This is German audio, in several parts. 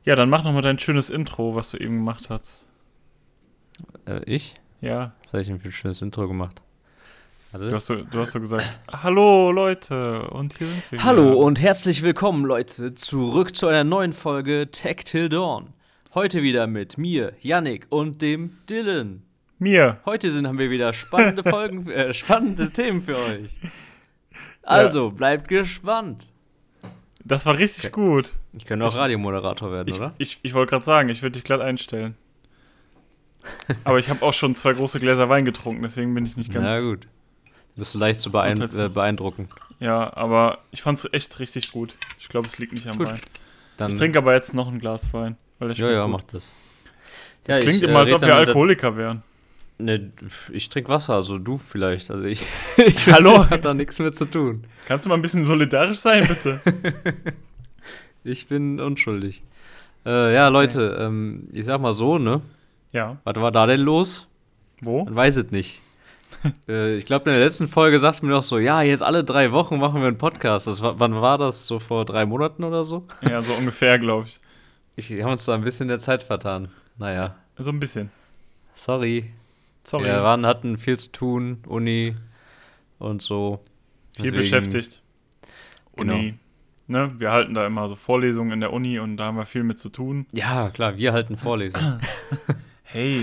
Ja, dann mach nochmal dein schönes Intro, was du eben gemacht hast. Ich? Ja. Was habe ich denn für ein schönes Intro gemacht? Du hast so gesagt, hallo Leute, und hier sind wir Hallo wieder. und herzlich willkommen, Leute, zurück zu einer neuen Folge Tech Till Dawn. Heute wieder mit mir, Yannick, und dem Dylan. Mir. Heute haben wir wieder spannende spannende Themen für euch. Also, bleibt gespannt. Das war richtig gut. Ich könnte auch Radiomoderator werden, oder? Ich wollte gerade sagen, ich würde dich glatt einstellen. Aber ich habe auch schon 2 große Gläser Wein getrunken, deswegen bin ich nicht ganz... Na gut. Du bist leicht zu beeindrucken. Ja, aber ich fand es echt richtig gut. Ich glaube, es liegt nicht am Gut. Wein. Dann, Ich trinke aber jetzt noch ein Glas Wein. Weil das ja, gut. mach das. Das Ja, klingt immer, als ob wir Alkoholiker wären. Ne, ich trinke Wasser, also du vielleicht. Also ich Hallo? hat da nichts mehr zu tun. Kannst du mal ein bisschen solidarisch sein, bitte? Ich bin unschuldig. Ja, Leute, ich sag mal so, ne? Ja. Was war da denn los? Wo? Man weiß es nicht. Ich glaube, in der letzten Folge sagten wir noch so, ja, jetzt alle 3 Wochen machen wir einen Podcast. Wann war das? So vor 3 Monaten oder so? Ja, so ungefähr, glaube ich. Wir haben uns da ein bisschen in der Zeit vertan. Naja. So ein bisschen. Sorry. Sorry. Wir hatten viel zu tun, Uni und so. Viel Deswegen, beschäftigt. Genau. Uni. Ne? Wir halten da immer so Vorlesungen in der Uni und da haben wir viel mit zu tun. Ja, klar, wir halten Vorlesungen. Hey.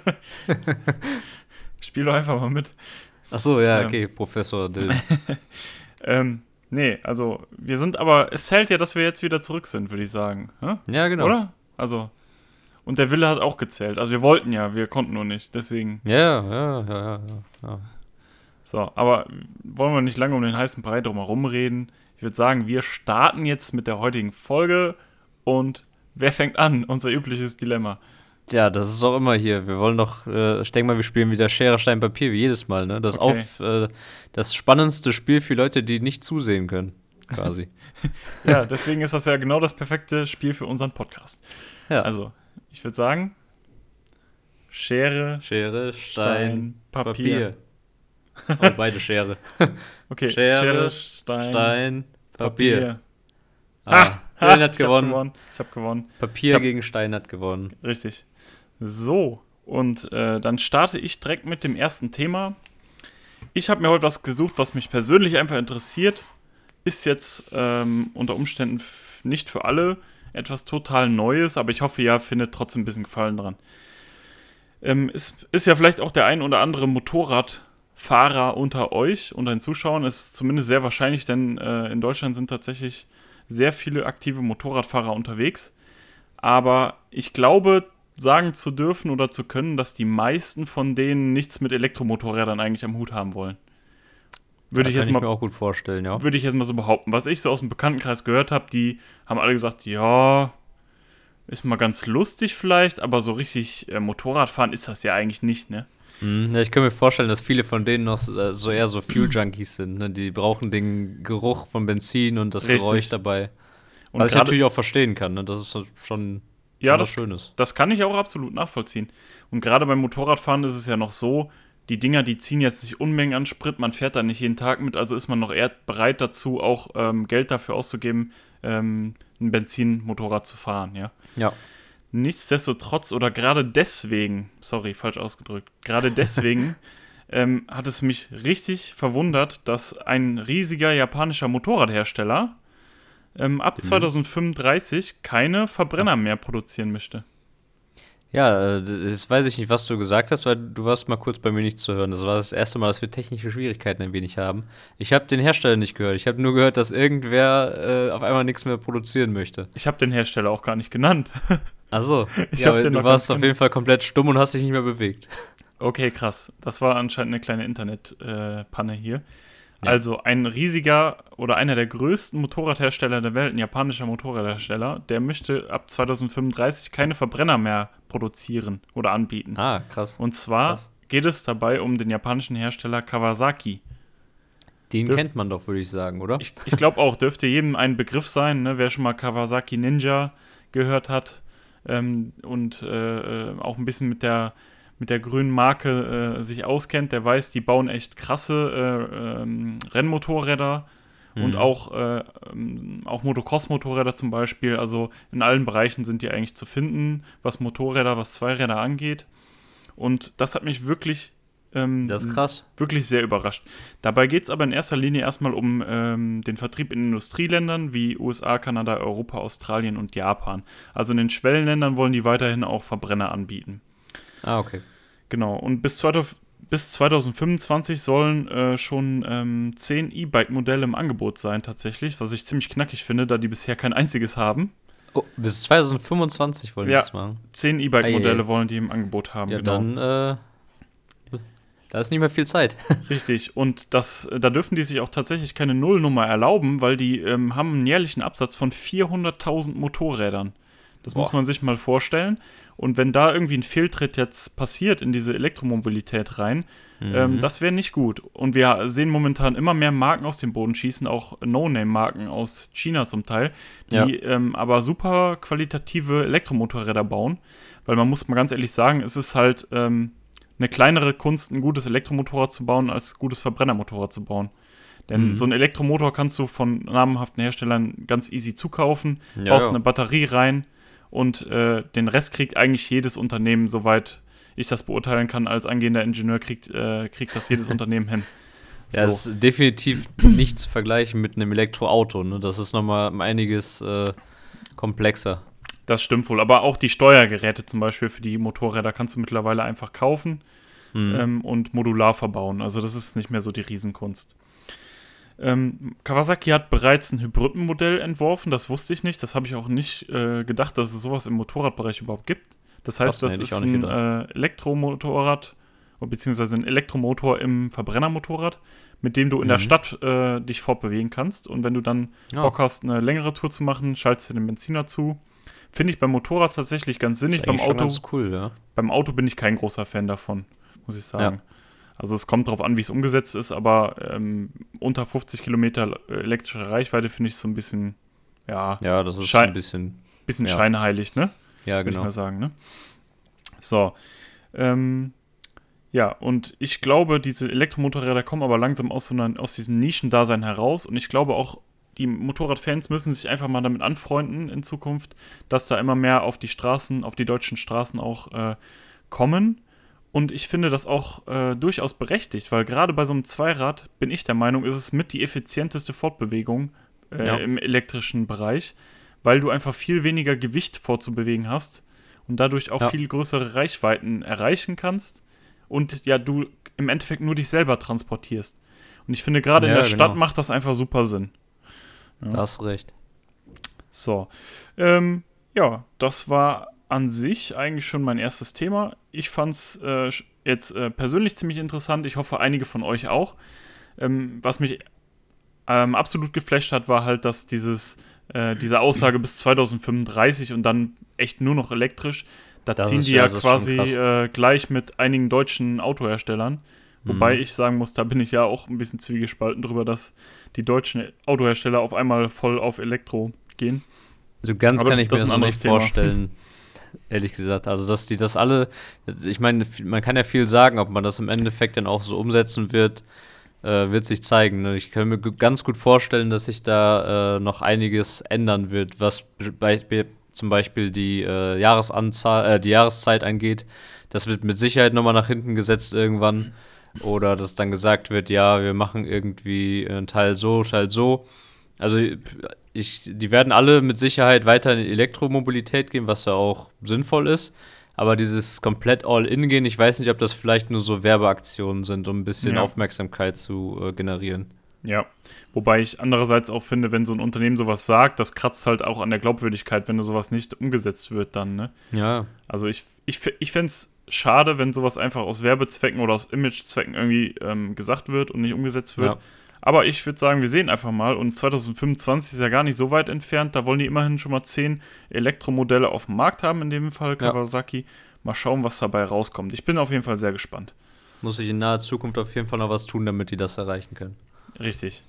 Spiel doch einfach mal mit. Ach so, ja, okay, Professor Dill. Nee, also wir sind aber, es zählt ja, dass wir jetzt wieder zurück sind, würde ich sagen. Hä? Ja, genau. Oder? Also, und der Wille hat auch gezählt. Also wir wollten ja, wir konnten nur nicht, deswegen. Ja. So, aber wollen wir nicht lange um den heißen Brei drumherum reden. Ich würde sagen, wir starten jetzt mit der heutigen Folge und wer fängt an? Unser übliches Dilemma. Ja, das ist auch immer hier. Wir wollen doch, ich denke mal, wir spielen wieder Schere, Stein, Papier, wie jedes Mal, ne? Das spannendste Spiel für Leute, die nicht zusehen können, quasi. Ja, deswegen ist das ja genau das perfekte Spiel für unseren Podcast. Ja. Also, ich würde sagen, Schere, Stein, Papier. Oh, beide Schere. Okay, Schere, Stein, Papier. Dylan hat gewonnen. Ich habe gewonnen. Papier gegen Stein hat gewonnen. Richtig. So, und dann starte ich direkt mit dem ersten Thema. Ich habe mir heute was gesucht, was mich persönlich einfach interessiert. Ist jetzt unter Umständen nicht für alle etwas total Neues, aber ich hoffe, ihr findet trotzdem ein bisschen Gefallen dran. Ist ja vielleicht auch der ein oder andere Motorradfahrer unter euch, unter den Zuschauern, ist zumindest sehr wahrscheinlich, denn in Deutschland sind tatsächlich sehr viele aktive Motorradfahrer unterwegs. Aber ich glaube, sagen zu dürfen oder zu können, dass die meisten von denen nichts mit Elektromotorrädern eigentlich am Hut haben wollen. Würde ich mir auch gut vorstellen, ja. Würde ich jetzt mal so behaupten. Was ich so aus dem Bekanntenkreis gehört habe, die haben alle gesagt, ja, ist mal ganz lustig vielleicht, aber so richtig Motorradfahren ist das ja eigentlich nicht, ne? Ja, ich kann mir vorstellen, dass viele von denen noch so eher so Fuel-Junkies sind. Ne? Die brauchen den Geruch von Benzin und das Richtig. Geräusch dabei. Und was ich natürlich auch verstehen kann. Ne? Das ist schon was Schönes. Das kann ich auch absolut nachvollziehen. Und gerade beim Motorradfahren ist es ja noch so, die Dinger, die ziehen jetzt nicht Unmengen an Sprit, man fährt da nicht jeden Tag mit, also ist man noch eher bereit dazu, auch Geld dafür auszugeben, ein Benzinmotorrad zu fahren, ja. Ja. Nichtsdestotrotz oder gerade deswegen, sorry, falsch ausgedrückt, gerade deswegen hat es mich richtig verwundert, dass ein riesiger japanischer Motorradhersteller ab 2035 keine Verbrenner mehr produzieren möchte. Ja, das weiß ich nicht, was du gesagt hast, weil du warst mal kurz bei mir nicht zu hören. Das war das erste Mal, dass wir technische Schwierigkeiten ein wenig haben. Ich habe den Hersteller nicht gehört. Ich habe nur gehört, dass irgendwer auf einmal nichts mehr produzieren möchte. Ich habe den Hersteller auch gar nicht genannt. Ach so. Aber du warst auf jeden Fall komplett stumm und hast dich nicht mehr bewegt. Okay, krass. Das war anscheinend eine kleine Internet-Panne hier. Ja. Also ein riesiger oder einer der größten Motorradhersteller der Welt, ein japanischer Motorradhersteller, der möchte ab 2035 keine Verbrenner mehr produzieren oder anbieten. Ah, krass. Und zwar geht es dabei um den japanischen Hersteller Kawasaki. Den kennt man doch, würde ich sagen, oder? Ich glaube auch, dürfte jedem ein Begriff sein, ne? Wer schon mal Kawasaki Ninja gehört hat und auch ein bisschen mit der grünen Marke sich auskennt, der weiß, die bauen echt krasse Rennmotorräder und auch Motocross-Motorräder zum Beispiel. Also in allen Bereichen sind die eigentlich zu finden, was Motorräder, was Zweiräder angeht. Und das hat mich wirklich, Das ist krass. wirklich sehr überrascht. Dabei geht es aber in erster Linie erstmal um den Vertrieb in Industrieländern wie USA, Kanada, Europa, Australien und Japan. Also in den Schwellenländern wollen die weiterhin auch Verbrenner anbieten. Ah, okay. Genau, und bis 2025 sollen schon 10 E-Bike-Modelle im Angebot sein tatsächlich, was ich ziemlich knackig finde, da die bisher kein einziges haben. Oh, bis 2025 wollen die das machen. 10 E-Bike-Modelle wollen die im Angebot haben, ja, genau. Dann, da ist nicht mehr viel Zeit. Richtig, und da dürfen die sich auch tatsächlich keine Nullnummer erlauben, weil die haben einen jährlichen Absatz von 400.000 Motorrädern. Das muss man sich mal vorstellen. Und wenn da irgendwie ein Fehltritt jetzt passiert in diese Elektromobilität rein, das wäre nicht gut. Und wir sehen momentan immer mehr Marken aus dem Boden schießen, auch No-Name-Marken aus China zum Teil, die aber super qualitative Elektromotorräder bauen. Weil man muss mal ganz ehrlich sagen, es ist halt eine kleinere Kunst, ein gutes Elektromotorrad zu bauen, als ein gutes Verbrennermotorrad zu bauen. Denn so ein Elektromotor kannst du von namhaften Herstellern ganz easy zukaufen, baust eine Batterie rein und den Rest kriegt eigentlich jedes Unternehmen, soweit ich das beurteilen kann, als angehender Ingenieur, kriegt das jedes Unternehmen hin. Ja, das ist definitiv nicht zu vergleichen mit einem Elektroauto, ne? Das ist nochmal einiges komplexer. Das stimmt wohl, aber auch die Steuergeräte zum Beispiel für die Motorräder kannst du mittlerweile einfach kaufen und modular verbauen. Also das ist nicht mehr so die Riesenkunst. Kawasaki hat bereits ein Hybridmodell entworfen, das wusste ich nicht. Das habe ich auch nicht gedacht, dass es sowas im Motorradbereich überhaupt gibt. Das heißt, das ist ein Elektromotorrad, beziehungsweise ein Elektromotor im Verbrennermotorrad, mit dem du in der Stadt dich fortbewegen kannst. Und wenn du dann Bock hast, eine längere Tour zu machen, schaltest du den Benziner zu. Finde ich beim Motorrad tatsächlich ganz sinnig. Beim Auto, ganz cool, ja. Beim Auto bin ich kein großer Fan davon, muss ich sagen. Ja. Also es kommt drauf an, wie es umgesetzt ist, aber unter 50 Kilometer elektrische Reichweite finde ich so ein bisschen, ja, das ist ein bisschen scheinheilig, ne? Ja, genau. Würde ich mal sagen, ne? So, ja, und ich glaube, diese Elektromotorräder kommen aber langsam aus diesem Nischendasein heraus und ich glaube auch, die Motorradfans müssen sich einfach mal damit anfreunden in Zukunft, dass da immer mehr auf die Straßen, auf die deutschen Straßen auch kommen. Und ich finde das auch durchaus berechtigt, weil gerade bei so einem Zweirad, bin ich der Meinung, ist es mit die effizienteste Fortbewegung im elektrischen Bereich, weil du einfach viel weniger Gewicht vorzubewegen hast und dadurch auch viel größere Reichweiten erreichen kannst und ja, du im Endeffekt nur dich selber transportierst. Und ich finde, gerade in der Stadt macht das einfach super Sinn. Ja. Da hast du recht. So, ja, das war an sich eigentlich schon mein erstes Thema. Ich fand es jetzt persönlich ziemlich interessant. Ich hoffe, einige von euch auch. Was mich absolut geflasht hat, war halt, dass diese Aussage bis 2035 und dann echt nur noch elektrisch, da ziehen die ja quasi gleich mit einigen deutschen Autoherstellern. Wobei ich sagen muss, da bin ich ja auch ein bisschen zwiegespalten drüber, dass die deutschen Autohersteller auf einmal voll auf Elektro gehen. So ganz kann ich mir das noch nicht vorstellen, ehrlich gesagt. Also, dass die das alle, ich meine, man kann ja viel sagen, ob man das im Endeffekt dann auch so umsetzen wird sich zeigen. Ne? Ich kann mir ganz gut vorstellen, dass sich da noch einiges ändern wird, was zum Beispiel die Jahreszeit angeht. Das wird mit Sicherheit nochmal nach hinten gesetzt irgendwann. Oder dass dann gesagt wird, ja, wir machen irgendwie einen Teil so, Teil so. Also die werden alle mit Sicherheit weiter in die Elektromobilität gehen, was ja auch sinnvoll ist. Aber dieses komplett All-In-Gehen, ich weiß nicht, ob das vielleicht nur so Werbeaktionen sind, um ein bisschen Aufmerksamkeit zu generieren. Ja, wobei ich andererseits auch finde, wenn so ein Unternehmen sowas sagt, das kratzt halt auch an der Glaubwürdigkeit, wenn sowas nicht umgesetzt wird dann, ne? Ja. Also ich fände es schade, wenn sowas einfach aus Werbezwecken oder aus Imagezwecken irgendwie gesagt wird und nicht umgesetzt wird. Ja. Aber ich würde sagen, wir sehen einfach mal. Und 2025 ist ja gar nicht so weit entfernt. Da wollen die immerhin schon mal 10 Elektromodelle auf dem Markt haben, in dem Fall Kawasaki. Mal schauen, was dabei rauskommt. Ich bin auf jeden Fall sehr gespannt. Muss ich in naher Zukunft auf jeden Fall noch was tun, damit die das erreichen können. Richtig.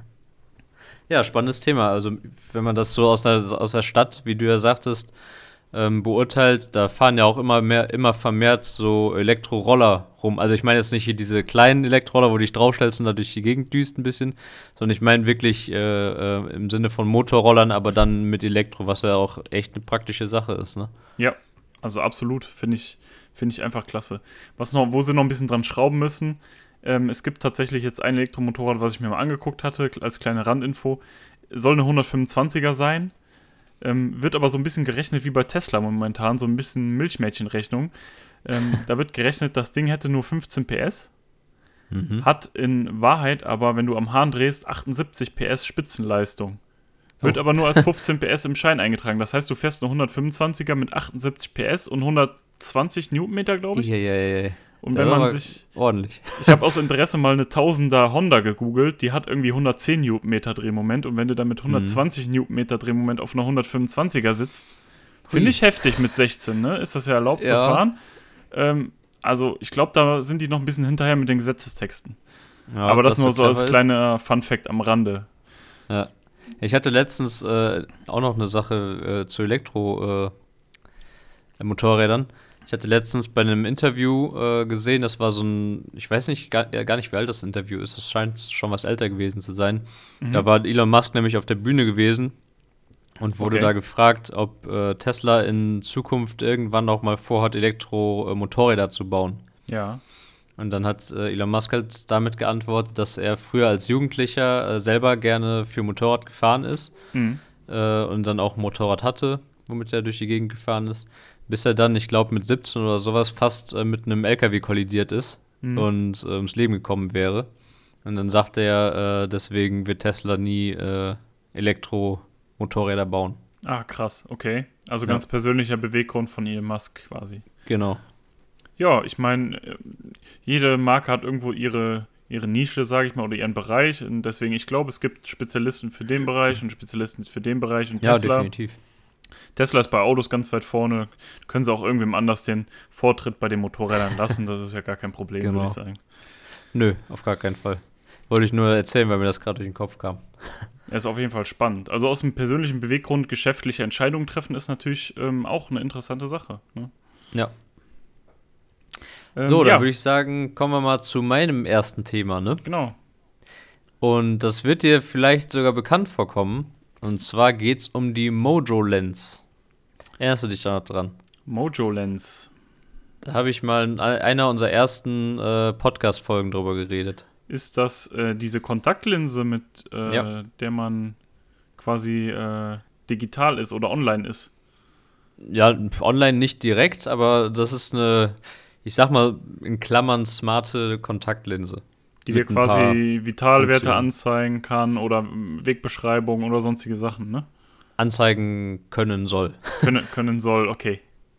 Ja, spannendes Thema. Also wenn man das so aus der Stadt, wie du ja sagtest, beurteilt, da fahren ja auch immer vermehrt so Elektroroller rum. Also ich meine jetzt nicht hier diese kleinen Elektroroller, wo du dich draufstellst und da durch die Gegend düst ein bisschen, sondern ich meine wirklich im Sinne von Motorrollern, aber dann mit Elektro, was ja auch echt eine praktische Sache ist, ne? Ja, also absolut, finde ich einfach klasse. Wo sie noch ein bisschen dran schrauben müssen, es gibt tatsächlich jetzt ein Elektromotorrad, was ich mir mal angeguckt hatte, als kleine Randinfo, soll eine 125er sein. Wird aber so ein bisschen gerechnet wie bei Tesla momentan, so ein bisschen Milchmädchenrechnung. Da wird gerechnet, das Ding hätte nur 15 PS, hat in Wahrheit aber, wenn du am Hahn drehst, 78 PS Spitzenleistung. Wird aber nur als 15 PS im Schein eingetragen. Das heißt, du fährst eine 125er mit 78 PS und 120 Newtonmeter, glaube ich. Ja. Und wenn man sich... Ordentlich. Ich habe aus Interesse mal eine 1000er Honda gegoogelt, die hat irgendwie 110 Newtonmeter Drehmoment und wenn du dann mit 120 Newtonmeter Drehmoment auf einer 125er sitzt, finde ich heftig mit 16, ne? Ist das ja erlaubt zu fahren? Also ich glaube, da sind die noch ein bisschen hinterher mit den Gesetzestexten. Ja, aber das nur so als kleiner Funfact am Rande. Ja. Ich hatte letztens auch noch eine Sache zu Elektromotorrädern. Ich hatte letztens bei einem Interview gesehen, das war so ein, ich weiß gar nicht, wie alt das Interview ist, das scheint schon was älter gewesen zu sein. Da war Elon Musk nämlich auf der Bühne gewesen und wurde da gefragt, ob Tesla in Zukunft irgendwann auch mal vorhat, Elektromotorräder zu bauen. Ja. Und dann hat Elon Musk halt damit geantwortet, dass er früher als Jugendlicher selber gerne für Motorrad gefahren ist und dann auch ein Motorrad hatte, womit er durch die Gegend gefahren ist. Bis er dann, ich glaube, mit 17 oder sowas fast mit einem LKW kollidiert ist und ums Leben gekommen wäre. Und dann sagte er, deswegen wird Tesla nie Elektromotorräder bauen. Ah, krass, okay. Also ganz persönlicher Beweggrund von Elon Musk quasi. Genau. Ja, ich meine, jede Marke hat irgendwo ihre Nische, sage ich mal, oder ihren Bereich. Und deswegen, ich glaube, es gibt Spezialisten für den Bereich und Spezialisten für den Bereich. Und ja, definitiv. Tesla ist bei Autos ganz weit vorne. Können sie auch irgendwem anders den Vortritt bei den Motorrädern lassen. Das ist ja gar kein Problem, würde ich sagen. Nö, auf gar keinen Fall. Wollte ich nur erzählen, weil mir das gerade durch den Kopf kam. Er ist auf jeden Fall spannend. Also aus dem persönlichen Beweggrund geschäftliche Entscheidungen treffen ist natürlich auch eine interessante Sache. Ne? Ja. So, dann würde ich sagen, kommen wir mal zu meinem ersten Thema, ne? Genau. Und das wird dir vielleicht sogar bekannt vorkommen. Und zwar geht's um die Mojo Lens. Erinnerst du dich da noch dran? Mojo Lens. Da habe ich mal in einer unserer ersten Podcast-Folgen drüber geredet. Ist das diese Kontaktlinse, mit der man quasi digital ist oder online ist? Ja, online nicht direkt, aber das ist eine, ich sag mal in Klammern, smarte Kontaktlinse. Die dir quasi Vitalwerte anzeigen kann oder Wegbeschreibung oder sonstige Sachen, ne? Anzeigen können soll. Können soll, okay.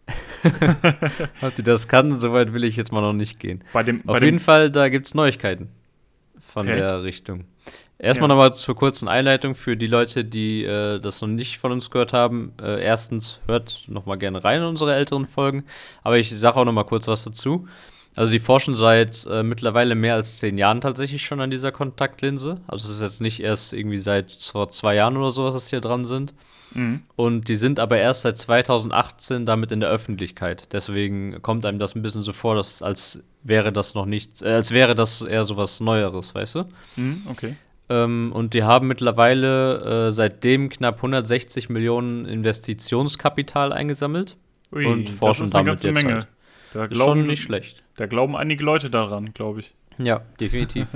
Ob die das kann, soweit will ich jetzt mal noch nicht gehen. Auf jeden Fall, da gibt es Neuigkeiten von der Richtung. Erstmal nochmal zur kurzen Einleitung für die Leute, die das noch nicht von uns gehört haben. Erstens, hört nochmal gerne rein in unsere älteren Folgen. Aber ich sage auch nochmal kurz was dazu. Also die forschen seit mittlerweile mehr als 10 Jahren tatsächlich schon an dieser Kontaktlinse. Also es ist jetzt nicht erst irgendwie seit vor 2 Jahren oder sowas, dass die hier dran sind. Und die sind aber erst seit 2018 damit in der Öffentlichkeit. Deswegen kommt einem das ein bisschen so vor, als wäre das noch nicht, als wäre das eher so was Neueres, weißt du? Okay. Und die haben mittlerweile seitdem knapp 160 Millionen Investitionskapital eingesammelt. Ui, und forschen das ist eine damit ganze jetzt Menge. halt. Da Ist schon nicht schlecht. Da glauben einige Leute daran, glaube ich. Ja, definitiv.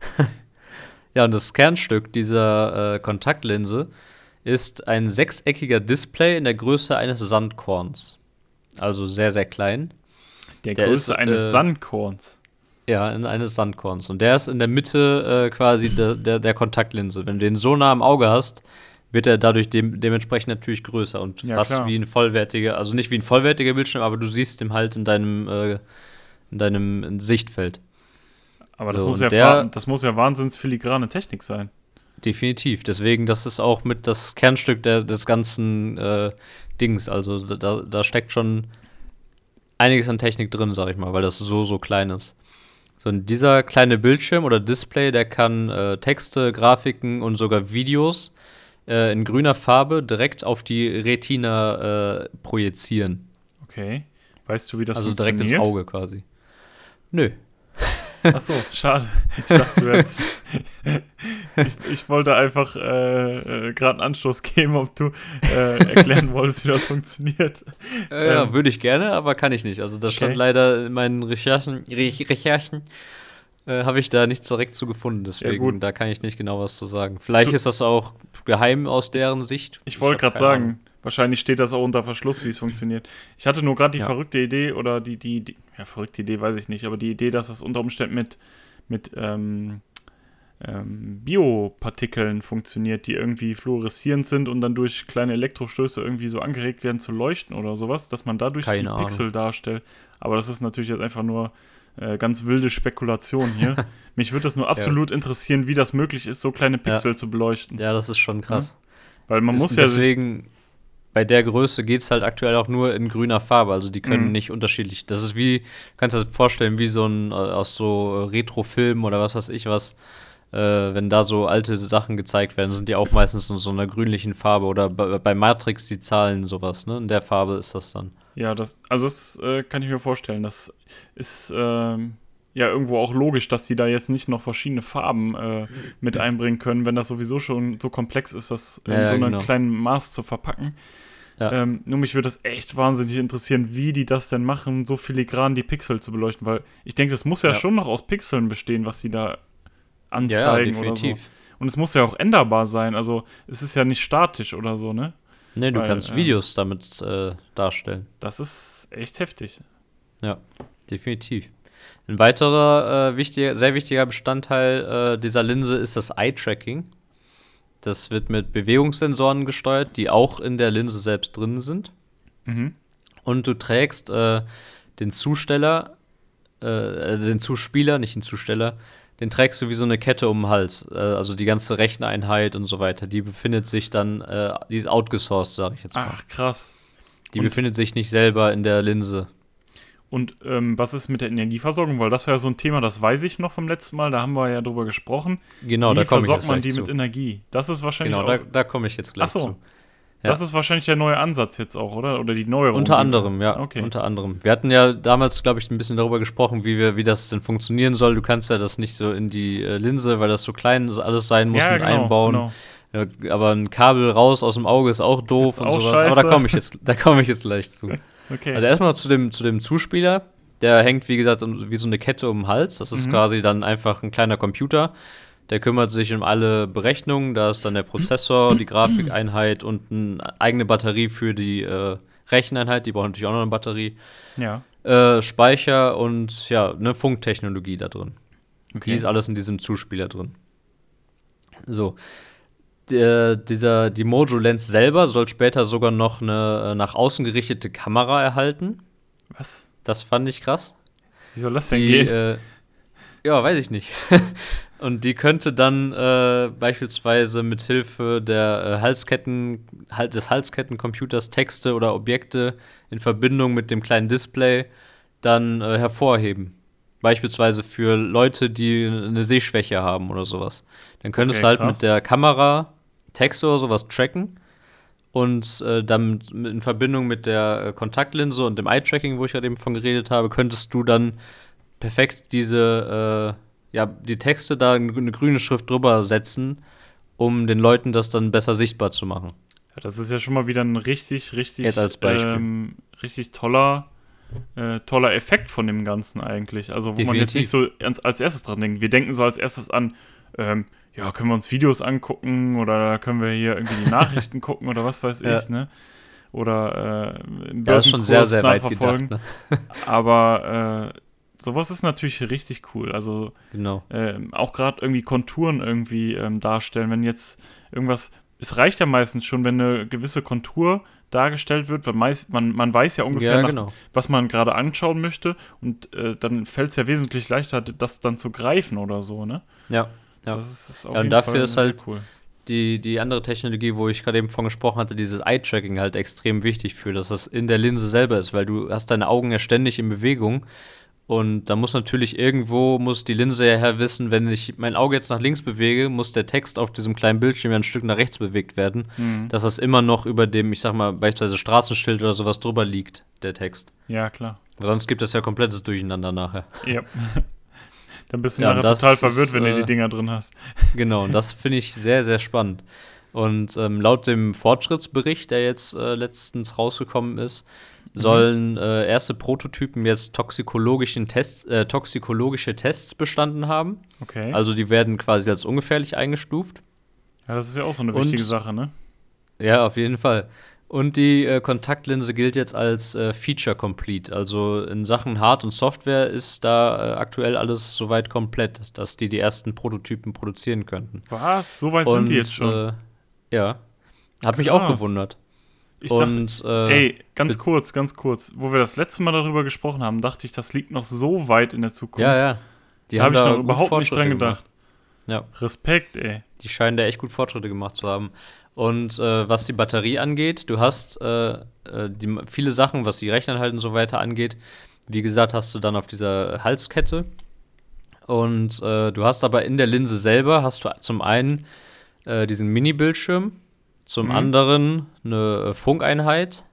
Ja, und das Kernstück dieser Kontaktlinse ist ein 6-eckiger Display in der Größe eines Sandkorns. Also sehr, sehr klein. Der Größe eines Sandkorns? Ja, eines Sandkorns. Und der ist in der Mitte quasi der Kontaktlinse. Wenn du den so nah am Auge hast, wird er dadurch dementsprechend natürlich größer und fast wie ein vollwertiger, also nicht wie ein vollwertiger Bildschirm, aber du siehst ihn halt in deinem Sichtfeld. Aber das muss ja wahnsinns filigrane Technik sein. Definitiv. Deswegen, das ist auch mit das Kernstück des ganzen Dings. Also da steckt schon einiges an Technik drin, sag ich mal, weil das so klein ist. So, und dieser kleine Bildschirm oder Display, der kann Texte, Grafiken und sogar Videos in grüner Farbe direkt auf die Retina projizieren. Okay. Weißt du, wie das also funktioniert? direkt ins Auge quasi. Nö. Ach so, schade. Ich dachte, du hättest. ich wollte einfach gerade einen Anstoß geben, ob du erklären wolltest, wie das funktioniert. Ja, würde ich gerne, aber kann ich nicht. Also das stand leider in meinen Recherchen habe ich da nichts direkt zu gefunden. Deswegen, da kann ich nicht genau was zu sagen. Vielleicht ist das auch geheim aus deren Sicht. Ich wollte gerade sagen, wahrscheinlich steht das auch unter Verschluss, wie es funktioniert. Ich hatte nur gerade die verrückte Idee, oder die verrückte Idee weiß ich nicht, aber die Idee, dass das unter Umständen mit Biopartikeln funktioniert, die irgendwie fluoreszierend sind und dann durch kleine Elektrostöße irgendwie so angeregt werden zu leuchten oder sowas, dass man dadurch die Pixel darstellt. Aber das ist natürlich jetzt einfach nur ganz wilde Spekulation hier. Mich würde das nur absolut interessieren, wie das möglich ist, so kleine Pixel zu beleuchten. Ja, das ist schon krass. Weil man muss ja deswegen bei der Größe geht es halt aktuell auch nur in grüner Farbe, also die können nicht unterschiedlich. Das ist wie, du kannst dir das vorstellen, wie so ein aus so Retrofilmen oder was weiß ich was, wenn da so alte Sachen gezeigt werden, sind die auch meistens in so einer grünlichen Farbe oder bei Matrix die Zahlen sowas, ne? In der Farbe ist das dann. Ja, das kann ich mir vorstellen. Das ist ja irgendwo auch logisch, dass die da jetzt nicht noch verschiedene Farben mit einbringen können, wenn das sowieso schon so komplex ist, das in so einem kleinen Maß zu verpacken. Ja. Nur mich würde das echt wahnsinnig interessieren, wie die das denn machen, so filigran die Pixel zu beleuchten, weil ich denke, das muss ja schon noch aus Pixeln bestehen, was sie da anzeigen oder so. Und es muss ja auch änderbar sein, also es ist ja nicht statisch oder so, ne? Nee, du kannst Videos damit darstellen. Das ist echt heftig. Ja, definitiv. Ein weiterer sehr wichtiger Bestandteil dieser Linse ist das Eye-Tracking. Das wird mit Bewegungssensoren gesteuert, die auch in der Linse selbst drin sind. Mhm. Und du trägst den Zuspieler, nicht den Zusteller, den trägst du wie so eine Kette um den Hals. Also die ganze Recheneinheit und so weiter. Die befindet sich dann, die ist outgesourced, sag ich jetzt mal. Ach, krass. Die befindet sich nicht selber in der Linse. Und was ist mit der Energieversorgung? Weil das war ja so ein Thema, das weiß ich noch vom letzten Mal, da haben wir ja drüber gesprochen. Genau, da komme ich jetzt versorgt man die mit Energie? Das ist wahrscheinlich auch... Genau, da komme ich jetzt gleich zu. Ja. Das ist wahrscheinlich der neue Ansatz jetzt auch, oder? Oder die Neuerung? Unter anderem, ja. Okay. Unter anderem. Wir hatten ja damals, glaube ich, ein bisschen darüber gesprochen, wie das denn funktionieren soll. Du kannst ja das nicht so in die Linse, weil das so klein alles sein muss, einbauen. Genau. Ja, aber ein Kabel raus aus dem Auge ist auch doof und sowas. Scheiße. Aber da komme ich jetzt gleich zu. Okay. Also erstmal zu dem Zuspieler. Der hängt, wie gesagt, wie so eine Kette um den Hals. Das ist quasi dann einfach ein kleiner Computer. Der kümmert sich um alle Berechnungen. Da ist dann der Prozessor, die Grafikeinheit und eine eigene Batterie für die Recheneinheit. Die braucht natürlich auch noch eine Batterie. Ja. Speicher und eine Funktechnologie da drin. Okay. Die ist alles in diesem Zuspieler drin. So. Die Mojo Lens selber soll später sogar noch eine nach außen gerichtete Kamera erhalten. Was? Das fand ich krass. Wie soll das denn gehen? Weiß ich nicht. Und die könnte dann beispielsweise mit Hilfe der des Halskettencomputers Texte oder Objekte in Verbindung mit dem kleinen Display dann hervorheben. Beispielsweise für Leute, die eine Sehschwäche haben oder sowas. Dann könntest du halt mit der Kamera Texte oder sowas tracken. Und dann in Verbindung mit der Kontaktlinse und dem Eye-Tracking, wo ich gerade eben von geredet habe, könntest du dann perfekt die Texte da eine grüne Schrift drüber setzen, um den Leuten das dann besser sichtbar zu machen. Ja, das ist ja schon mal wieder ein richtig als Beispiel. Richtig toller Effekt von dem Ganzen eigentlich. Also wo man jetzt nicht so als erstes dran denkt. Wir denken so als erstes an können wir uns Videos angucken oder können wir hier irgendwie die Nachrichten gucken oder was weiß ich, ne? Oder im das ist schon sehr, sehr weit gedacht, ne? Aber sowas ist natürlich richtig cool. Also auch gerade irgendwie Konturen irgendwie darstellen. Wenn jetzt irgendwas, es reicht ja meistens schon, wenn eine gewisse Kontur dargestellt wird, weil man weiß ja ungefähr, was man gerade anschauen möchte und dann fällt es ja wesentlich leichter, das dann zu greifen oder so, ne? Ja. Das ist auf jeden dafür Fall ist halt cool. Die andere Technologie, wo ich gerade eben von gesprochen hatte, dieses Eye-Tracking halt extrem wichtig für, dass das in der Linse selber ist, weil du hast deine Augen ja ständig in Bewegung Und da muss natürlich irgendwo, muss die Linse ja her wissen, wenn ich mein Auge jetzt nach links bewege, muss der Text auf diesem kleinen Bildschirm ja ein Stück nach rechts bewegt werden, dass das immer noch über dem, ich sag mal, beispielsweise Straßenschild oder sowas drüber liegt, der Text. Ja, klar. Weil sonst gibt es ja komplettes Durcheinander nachher. Ja. Dann bist du Ja, nachher das total ist, verwirrt, wenn du die Dinger drin hast. Genau, und das finde ich sehr, sehr spannend. Und laut dem Fortschrittsbericht, der jetzt letztens rausgekommen ist, sollen erste Prototypen jetzt toxikologische Tests bestanden haben. Okay. Also die werden quasi als ungefährlich eingestuft. Ja, das ist ja auch so eine Und- wichtige Sache, ne? Ja, auf jeden Fall. Und die Kontaktlinse gilt jetzt als Feature Complete. Also in Sachen Hard- und Software ist da aktuell alles soweit komplett, dass die ersten Prototypen produzieren könnten. Was? So weit sind die jetzt schon? Ja. Hat mich auch Krass. gewundert. Ich dachte, Und ey, ganz kurz. Wo wir das letzte Mal darüber gesprochen haben, dachte ich, das liegt noch so weit in der Zukunft. ja. Die Da habe ich noch gut überhaupt nicht dran Fortschritte gedacht. gemacht. Ja, Respekt, ey. die scheinen da echt gut Fortschritte gemacht zu haben. Und was die Batterie angeht, du hast viele Sachen, was die Rechnern und so weiter angeht, wie gesagt, hast du dann auf dieser Halskette. Und du hast aber in der Linse selber, hast du zum einen diesen Mini-Bildschirm, zum anderen eine Funkeinheit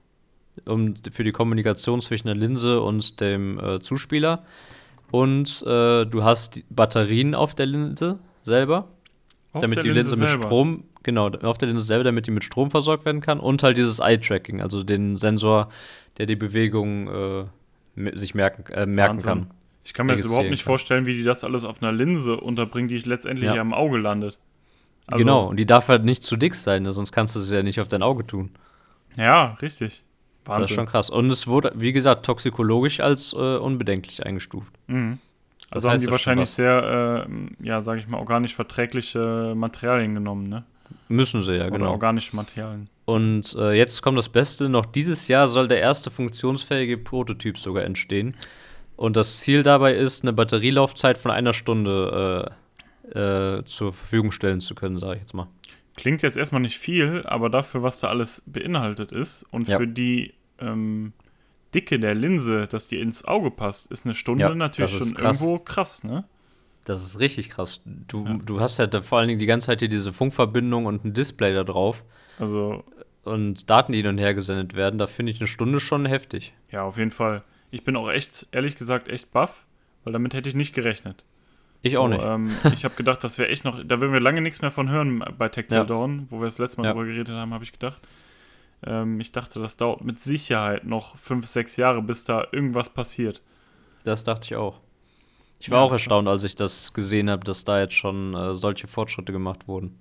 für die Kommunikation zwischen der Linse und dem Zuspieler. Und du hast die Batterien auf der Linse selber, Auf damit der die Linse mit selber. Strom, genau, auf der Linse selber, damit die mit Strom versorgt werden kann. Und halt dieses Eye-Tracking, also den Sensor, der die Bewegung sich merken Wahnsinn. kann. Ich kann mir das überhaupt nicht registrieren kann. vorstellen, wie die das alles auf einer Linse unterbringen, die letztendlich Ja. ja im Auge landet. Also, Genau, und die darf halt nicht zu dick sein, ne, sonst kannst du es ja nicht auf dein Auge tun. Ja, richtig. Das ist Wahnsinn. schon krass. Und es wurde, wie gesagt, toxikologisch als unbedenklich eingestuft. Mhm. Das Also haben heißt die ja schon wahrscheinlich was. sehr, ja, sage ich mal, organisch verträgliche Materialien genommen, ne? Müssen sie ja, Oder genau. organische Materialien. Und jetzt kommt das Beste, noch dieses Jahr soll der erste funktionsfähige Prototyp sogar entstehen. Und das Ziel dabei ist, eine Batterielaufzeit von 1 Stunde zur Verfügung stellen zu können, sage ich jetzt mal. Klingt jetzt erstmal nicht viel, aber dafür, was da alles beinhaltet ist und Ja. für die Dicke der Linse, dass die ins Auge passt, ist eine Stunde Ja, natürlich das ist schon krass. irgendwo krass, ne? Das ist richtig krass. Du, Ja. du hast halt da vor allen Dingen die ganze Zeit hier diese Funkverbindung und ein Display da drauf Also, und Daten, die hin und her gesendet werden. Da finde ich eine Stunde schon heftig. ja, auf jeden Fall. Ich bin auch echt, ehrlich gesagt, echt baff, weil damit hätte ich nicht gerechnet. Ich auch nicht. Ich habe gedacht, das wäre echt noch, da würden wir lange nichts mehr von hören bei Tactile Ja. Dawn, wo wir das letzte Mal Ja. drüber geredet haben, habe ich gedacht. Ich dachte, das dauert mit Sicherheit noch 5, 6 Jahre, bis da irgendwas passiert. Das dachte ich auch. Ich war Ja, auch erstaunt, als ich das gesehen habe, dass da jetzt schon solche Fortschritte gemacht wurden.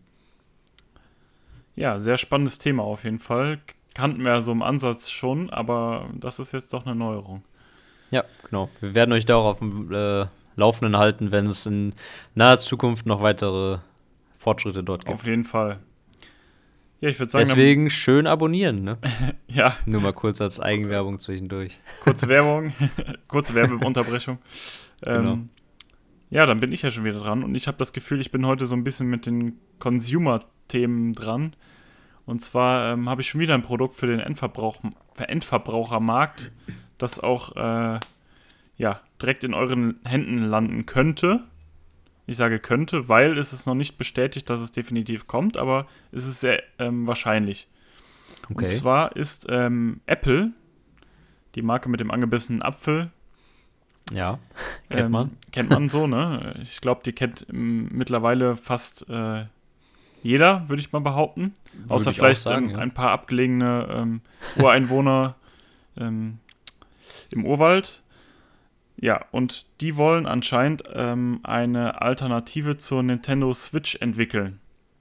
Ja, sehr spannendes Thema auf jeden Fall. Kannten wir ja so im Ansatz schon, aber das ist jetzt doch eine Neuerung. Ja, genau. Wir werden euch da auch auf dem Laufenden halten, wenn es in naher Zukunft noch weitere Fortschritte dort gibt. Auf jeden Fall. Ja, ich würde sagen, Deswegen schön abonnieren, ne? ja, Nur mal kurz als Eigenwerbung zwischendurch. kurze Werbung, kurze Werbeunterbrechung. Genau. Ja, dann bin ich ja schon wieder dran und ich habe das Gefühl, ich bin heute so ein bisschen mit den Consumer-Themen dran. Und zwar habe ich schon wieder ein Produkt für den Endverbrauchermarkt, das auch ja, direkt in euren Händen landen könnte. Ich sage könnte, weil es ist noch nicht bestätigt, dass es definitiv kommt, aber es ist sehr wahrscheinlich. Und zwar ist Apple, die Marke mit dem angebissenen Apfel, Ja, kennt man. Kennt man so, ne? Ich glaube, die kennt mittlerweile fast jeder, würde ich mal behaupten. Außer ich auch vielleicht sagen, ja. ein paar abgelegene Ureinwohner im Urwald. Ja, und die wollen anscheinend eine Alternative zur Nintendo Switch entwickeln.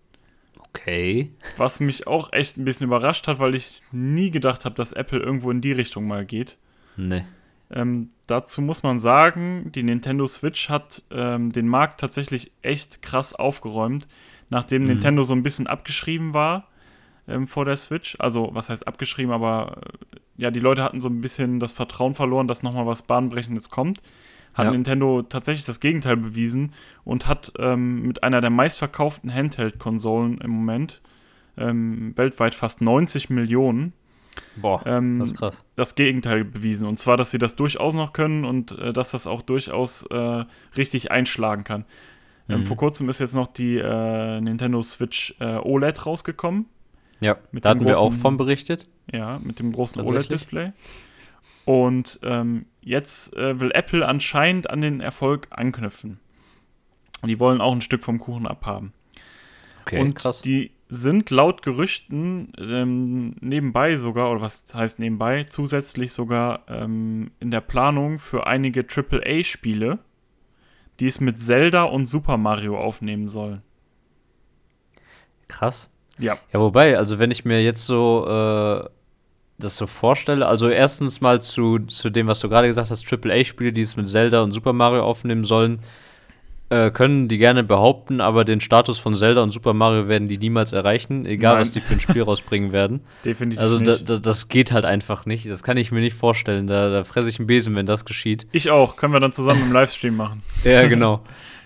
Okay. Was mich auch echt ein bisschen überrascht hat, weil ich nie gedacht habe, dass Apple irgendwo in die Richtung mal geht. Ne. Dazu muss man sagen, die Nintendo Switch hat den Markt tatsächlich echt krass aufgeräumt, nachdem Nintendo so ein bisschen abgeschrieben war vor der Switch. Also, was heißt abgeschrieben, aber ja, die Leute hatten so ein bisschen das Vertrauen verloren, dass nochmal was Bahnbrechendes kommt. Hat Ja. Nintendo tatsächlich das Gegenteil bewiesen und hat mit einer der meistverkauften Handheld-Konsolen im Moment weltweit fast 90 Millionen. Boah, das ist krass. das Gegenteil bewiesen. Und zwar, dass sie das durchaus noch können und dass das auch durchaus richtig einschlagen kann. Vor kurzem ist jetzt noch die Nintendo Switch OLED rausgekommen. Ja, da hatten wir auch von berichtet. Ja, mit dem großen OLED-Display. Und jetzt will Apple anscheinend an den Erfolg anknüpfen. Und die wollen auch ein Stück vom Kuchen abhaben. Okay, und krass. Die sind laut Gerüchten nebenbei sogar, oder was heißt nebenbei, zusätzlich sogar in der Planung für einige AAA-Spiele, die es mit Zelda und Super Mario aufnehmen sollen. Krass. Ja. Ja, wobei, also wenn ich mir jetzt so das so vorstelle, also erstens mal zu dem, was du gerade gesagt hast, AAA-Spiele, die es mit Zelda und Super Mario aufnehmen sollen, können die gerne behaupten, aber den Status von Zelda und Super Mario werden die niemals erreichen, egal was die für ein Spiel rausbringen werden. Definitiv also nicht. Das geht halt einfach nicht. Das kann ich mir nicht vorstellen. Da fresse ich einen Besen, wenn das geschieht. Ich auch. Können wir dann zusammen im Livestream machen. Ja, genau.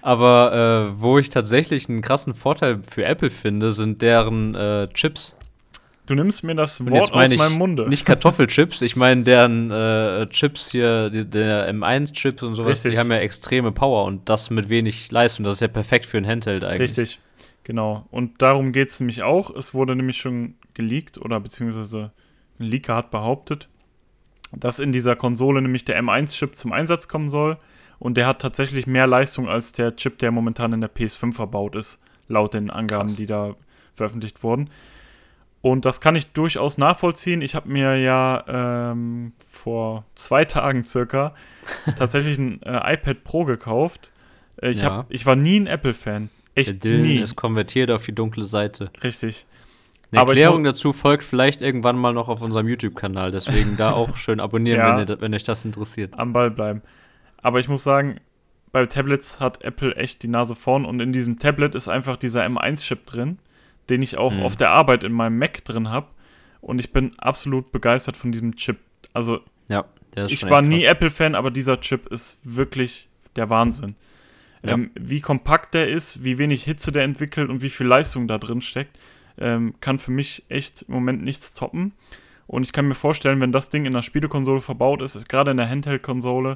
Aber wo ich tatsächlich einen krassen Vorteil für Apple finde, sind deren Chips. Du nimmst mir das Und Wort jetzt meine aus meinem Munde. Nicht Kartoffelchips, ich meine deren Chips hier, der M1-Chips und sowas, Richtig. Die haben ja extreme Power und das mit wenig Leistung. Das ist ja perfekt für ein Handheld eigentlich. Richtig, genau. Und darum geht es nämlich auch. Es wurde nämlich schon geleakt oder beziehungsweise ein Leaker hat behauptet, dass in dieser Konsole nämlich der M1-Chip zum Einsatz kommen soll. Und der hat tatsächlich mehr Leistung als der Chip, der momentan in der PS5 verbaut ist, laut den Angaben, Krass. die da veröffentlicht wurden. Und das kann ich durchaus nachvollziehen. Ich habe mir ja vor 2 Tagen circa tatsächlich ein iPad Pro gekauft. Ich war nie ein Apple-Fan. Der Echt Dylan nie. ist konvertiert auf die dunkle Seite. Richtig. Eine Aber Erklärung dazu folgt vielleicht irgendwann mal noch auf unserem YouTube-Kanal. Deswegen da auch schön abonnieren, Ja. wenn euch das interessiert. Am Ball bleiben. Aber ich muss sagen, bei Tablets hat Apple echt die Nase vorn. Und in diesem Tablet ist einfach dieser M1-Chip drin, den ich auch auf der Arbeit in meinem Mac drin habe. Und ich bin absolut begeistert von diesem Chip. Also, Ja, der ist ich schon war echt nie krass. Apple-Fan, aber dieser Chip ist wirklich der Wahnsinn. Ja. Wie kompakt der ist, wie wenig Hitze der entwickelt und wie viel Leistung da drin steckt, kann für mich echt im Moment nichts toppen. Und ich kann mir vorstellen, wenn das Ding in der Spielekonsole verbaut ist, gerade in der Handheld-Konsole,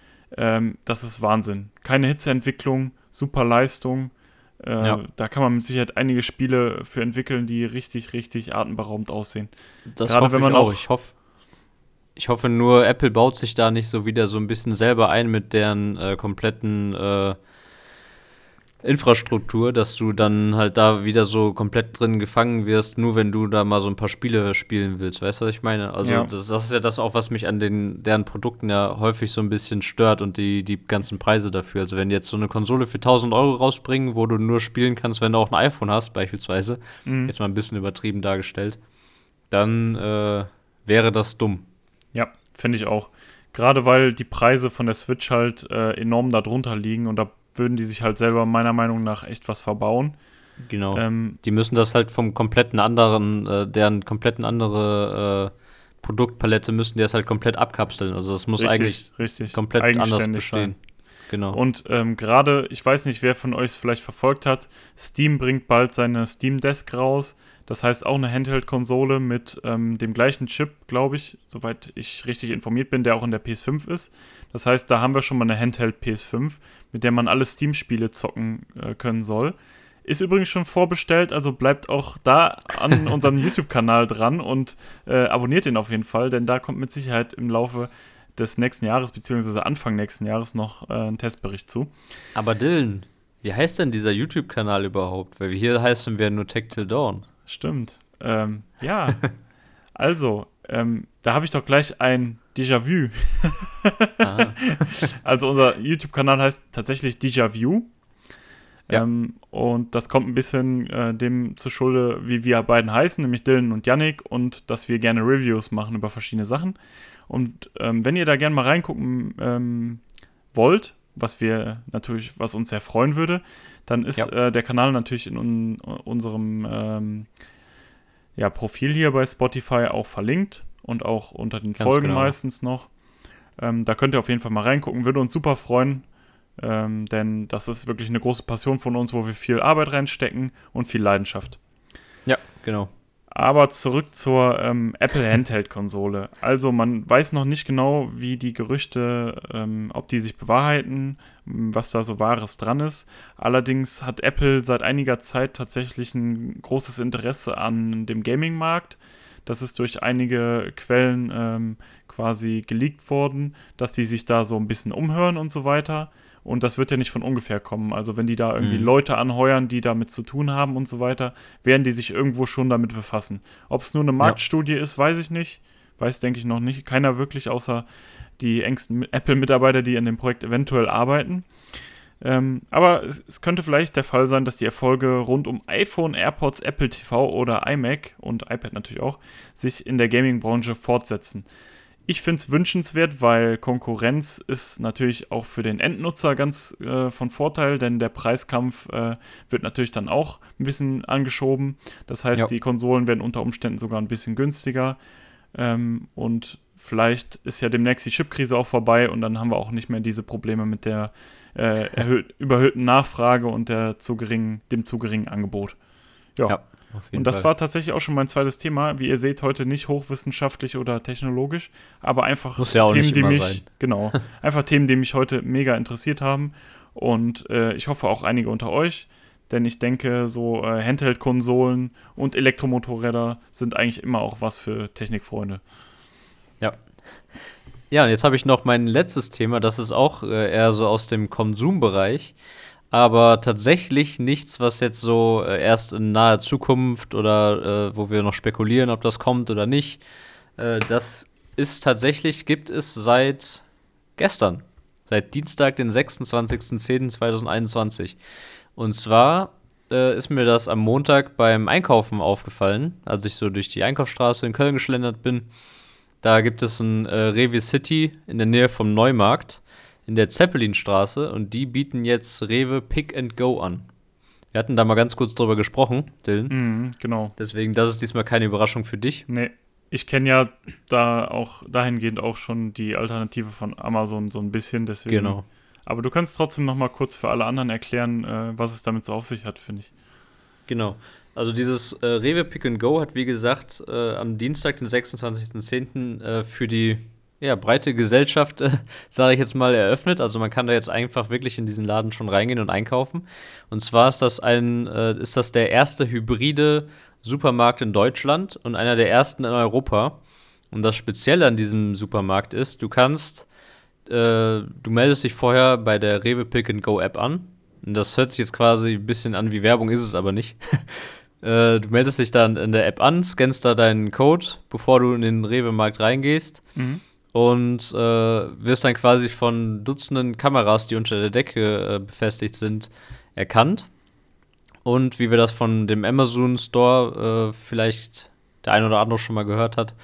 das ist Wahnsinn. Keine Hitzeentwicklung, super Leistung. Da kann man mit Sicherheit einige Spiele für entwickeln, die richtig, richtig atemberaubend aussehen. Das Gerade hoffe wenn man ich auch. auch- Ich hoffe nur, Apple baut sich da nicht so wieder so ein bisschen selber ein mit deren kompletten Infrastruktur, dass du dann halt da wieder so komplett drin gefangen wirst, nur wenn du da mal so ein paar Spiele spielen willst. Weißt du, was ich meine? Also Ja. das ist ja das auch, was mich an deren Produkten ja häufig so ein bisschen stört und die ganzen Preise dafür. Also wenn die jetzt so eine Konsole für 1.000 Euro rausbringen, wo du nur spielen kannst, wenn du auch ein iPhone hast beispielsweise, jetzt mal ein bisschen übertrieben dargestellt, dann wäre das dumm. Ja, finde ich auch. Gerade weil die Preise von der Switch halt enorm darunter liegen und da würden die sich halt selber meiner Meinung nach echt was verbauen. Genau. Die müssen das halt vom kompletten anderen, deren kompletten andere Produktpalette müssen die das halt komplett abkapseln. Also das muss eigentlich richtig komplett anders eigenständig bestehen. Genau. Und gerade, ich weiß nicht, wer von euch es vielleicht verfolgt hat, Steam bringt bald seine Steam Desk raus. Das heißt auch eine Handheld-Konsole mit dem gleichen Chip, glaube ich, soweit ich richtig informiert bin, der auch in der PS5 ist. Das heißt, da haben wir schon mal eine Handheld PS5, mit der man alle Steam-Spiele zocken können soll. Ist übrigens schon vorbestellt, also bleibt auch da an unserem YouTube-Kanal dran und abonniert ihn auf jeden Fall, denn da kommt mit Sicherheit im Laufe des nächsten Jahres, beziehungsweise Anfang nächsten Jahres noch ein Testbericht zu. Aber Dylan, wie heißt denn dieser YouTube-Kanal überhaupt? Weil hier heißen wir nur Tech Till Dawn. Stimmt. Ja, also, da habe ich doch gleich ein Déjà-vu. Ah. Also unser YouTube-Kanal heißt tatsächlich Déjà-vu. Ja. Und das kommt ein bisschen dem zur Schulde, wie wir beiden heißen, nämlich Dylan und Yannick, und dass wir gerne Reviews machen über verschiedene Sachen. Und wenn ihr da gerne mal reingucken wollt, was uns sehr freuen würde, dann ist der Kanal natürlich in unserem Profil hier bei Spotify auch verlinkt und auch unter den Ganz Folgen genau. meistens noch. Da könnt ihr auf jeden Fall mal reingucken, würde uns super freuen, denn das ist wirklich eine große Passion von uns, wo wir viel Arbeit reinstecken und viel Leidenschaft. Ja, genau. Aber zurück zur Apple Handheld-Konsole. Also man weiß noch nicht genau, wie die Gerüchte, ob die sich bewahrheiten, was da so Wahres dran ist. Allerdings hat Apple seit einiger Zeit tatsächlich ein großes Interesse an dem Gaming-Markt. Das ist durch einige Quellen quasi geleakt worden, dass die sich da so ein bisschen umhören und so weiter. Und das wird ja nicht von ungefähr kommen. Also wenn die da irgendwie Leute anheuern, die damit zu tun haben und so weiter, werden die sich irgendwo schon damit befassen. Ob es nur eine Marktstudie ist, weiß ich nicht. Weiß, denke ich, noch nicht. Keiner wirklich, außer die engsten Apple-Mitarbeiter, die an dem Projekt eventuell arbeiten. Aber es könnte vielleicht der Fall sein, dass die Erfolge rund um iPhone, AirPods, Apple TV oder iMac und iPad natürlich auch sich in der Gaming-Branche fortsetzen. Ich finde es wünschenswert, weil Konkurrenz ist natürlich auch für den Endnutzer ganz von Vorteil, denn der Preiskampf wird natürlich dann auch ein bisschen angeschoben. Das heißt, die Konsolen werden unter Umständen sogar ein bisschen günstiger. Und vielleicht ist ja demnächst die Chipkrise auch vorbei und dann haben wir auch nicht mehr diese Probleme mit der überhöhten Nachfrage und dem zu geringen Angebot. Ja. Und das war tatsächlich auch schon mein zweites Thema. Wie ihr seht, heute nicht hochwissenschaftlich oder technologisch, aber einfach Themen, einfach Themen, die mich heute mega interessiert haben. Und ich hoffe auch einige unter euch, denn ich denke, so Handheld-Konsolen und Elektromotorräder sind eigentlich immer auch was für Technikfreunde. Ja. Ja, und jetzt habe ich noch mein letztes Thema, das ist auch eher so aus dem Konsumbereich. Aber tatsächlich nichts, was jetzt so erst in naher Zukunft oder wo wir noch spekulieren, ob das kommt oder nicht. Das ist tatsächlich, gibt es seit gestern. Seit Dienstag, den 26.10.2021. Und zwar ist mir das am Montag beim Einkaufen aufgefallen, als ich so durch die Einkaufsstraße in Köln geschlendert bin. Da gibt es ein Rewe City in der Nähe vom Neumarkt in der Zeppelinstraße und die bieten jetzt Rewe Pick and Go an. Wir hatten da mal ganz kurz drüber gesprochen, Dylan. Genau. Deswegen, das ist diesmal keine Überraschung für dich. Nee, ich kenne ja dahingehend auch schon die Alternative von Amazon so ein bisschen, deswegen. Genau. Aber du kannst trotzdem noch mal kurz für alle anderen erklären, was es damit so auf sich hat, finde ich. Genau. Also dieses Rewe Pick and Go hat, wie gesagt, am Dienstag, den 26.10. Für die breite Gesellschaft, sage ich jetzt mal, eröffnet. Also man kann da jetzt einfach wirklich in diesen Laden schon reingehen und einkaufen. Und zwar ist das der erste hybride Supermarkt in Deutschland und einer der ersten in Europa. Und das Spezielle an diesem Supermarkt ist, du meldest dich vorher bei der Rewe Pick and Go App an. Und das hört sich jetzt quasi ein bisschen an wie Werbung, ist es aber nicht. Du meldest dich dann in der App an, scannst da deinen Code, bevor du in den Rewe-Markt reingehst. Und wirst dann quasi von Dutzenden Kameras, die unter der Decke befestigt sind, erkannt. Und wie wir das von dem Amazon Store vielleicht der ein oder andere schon mal gehört hat,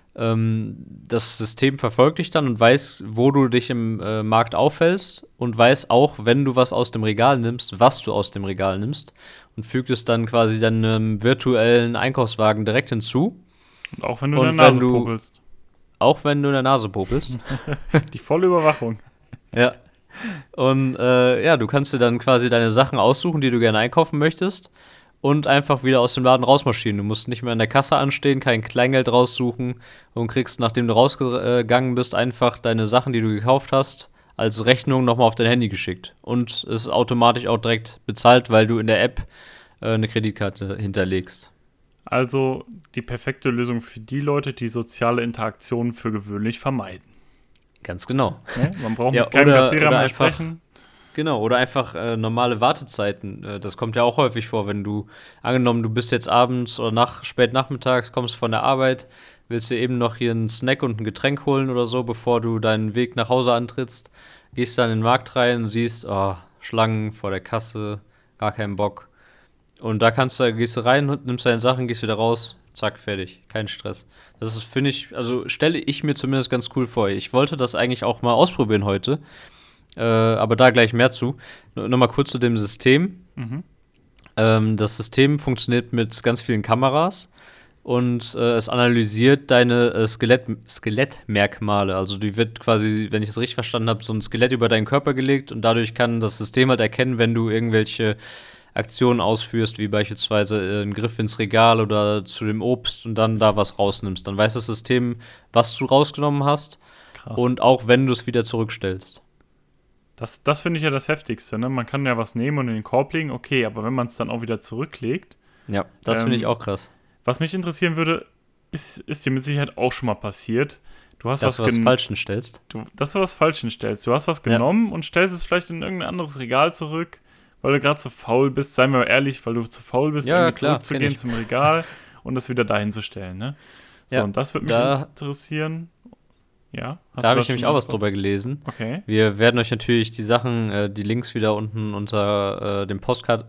das System verfolgt dich dann und weiß, wo du dich im Markt aufhältst und weiß auch, wenn du was aus dem Regal nimmst, was du aus dem Regal nimmst und fügt es dann quasi deinem virtuellen Einkaufswagen direkt hinzu. Und auch wenn du in der Nase popelst. Auch wenn du in der Nase popelst. Die volle Überwachung. Ja. Und du kannst dir dann quasi deine Sachen aussuchen, die du gerne einkaufen möchtest und einfach wieder aus dem Laden rausmarschieren. Du musst nicht mehr an der Kasse anstehen, kein Kleingeld raussuchen und kriegst, nachdem du rausgegangen bist, einfach deine Sachen, die du gekauft hast, als Rechnung nochmal auf dein Handy geschickt. Und es ist automatisch auch direkt bezahlt, weil du in der App eine Kreditkarte hinterlegst. Also die perfekte Lösung für die Leute, die soziale Interaktionen für gewöhnlich vermeiden. Ganz genau. Ja, man braucht mit keinem Kassierer mehr sprechen. Genau, oder einfach normale Wartezeiten. Das kommt ja auch häufig vor, wenn du, angenommen, du bist jetzt abends oder spät nachmittags, kommst von der Arbeit, willst dir eben noch hier einen Snack und ein Getränk holen oder so, bevor du deinen Weg nach Hause antrittst, gehst dann in den Markt rein und siehst, Schlangen vor der Kasse, gar keinen Bock. Und da gehst du rein, nimmst deine Sachen, gehst wieder raus, zack, fertig, kein Stress. Das ist, finde ich, also stelle ich mir zumindest ganz cool vor. Ich wollte das eigentlich auch mal ausprobieren heute, aber da gleich mehr zu. Nochmal kurz zu dem System. Das System funktioniert mit ganz vielen Kameras und es analysiert deine Skelettmerkmale. Also die wird quasi, wenn ich es richtig verstanden habe, so ein Skelett über deinen Körper gelegt und dadurch kann das System halt erkennen, wenn du irgendwelche Aktionen ausführst, wie beispielsweise einen Griff ins Regal oder zu dem Obst und dann da was rausnimmst. Dann weiß das System, was du rausgenommen hast. Krass. Und auch wenn du es wieder zurückstellst. Das finde ich ja das Heftigste, ne? Man kann ja was nehmen und in den Korb legen, okay, aber wenn man es dann auch wieder zurücklegt. Ja, das finde ich auch krass. Was mich interessieren würde, ist dir mit Sicherheit auch schon mal passiert. Du hast dass du was Falschen stellst. Dass du was Falschen stellst. Du hast was genommen und stellst es vielleicht in irgendein anderes Regal zurück, weil du gerade zu faul bist. Seien wir mal ehrlich, weil du zu faul bist, irgendwie zurückzugehen zum Regal und das wieder dahin zu stellen, ne? So, und das würde mich interessieren. Ja, da habe ich nämlich auch was drüber gelesen. Okay. Wir werden euch natürlich die Sachen, die Links wieder unten unter dem Podcast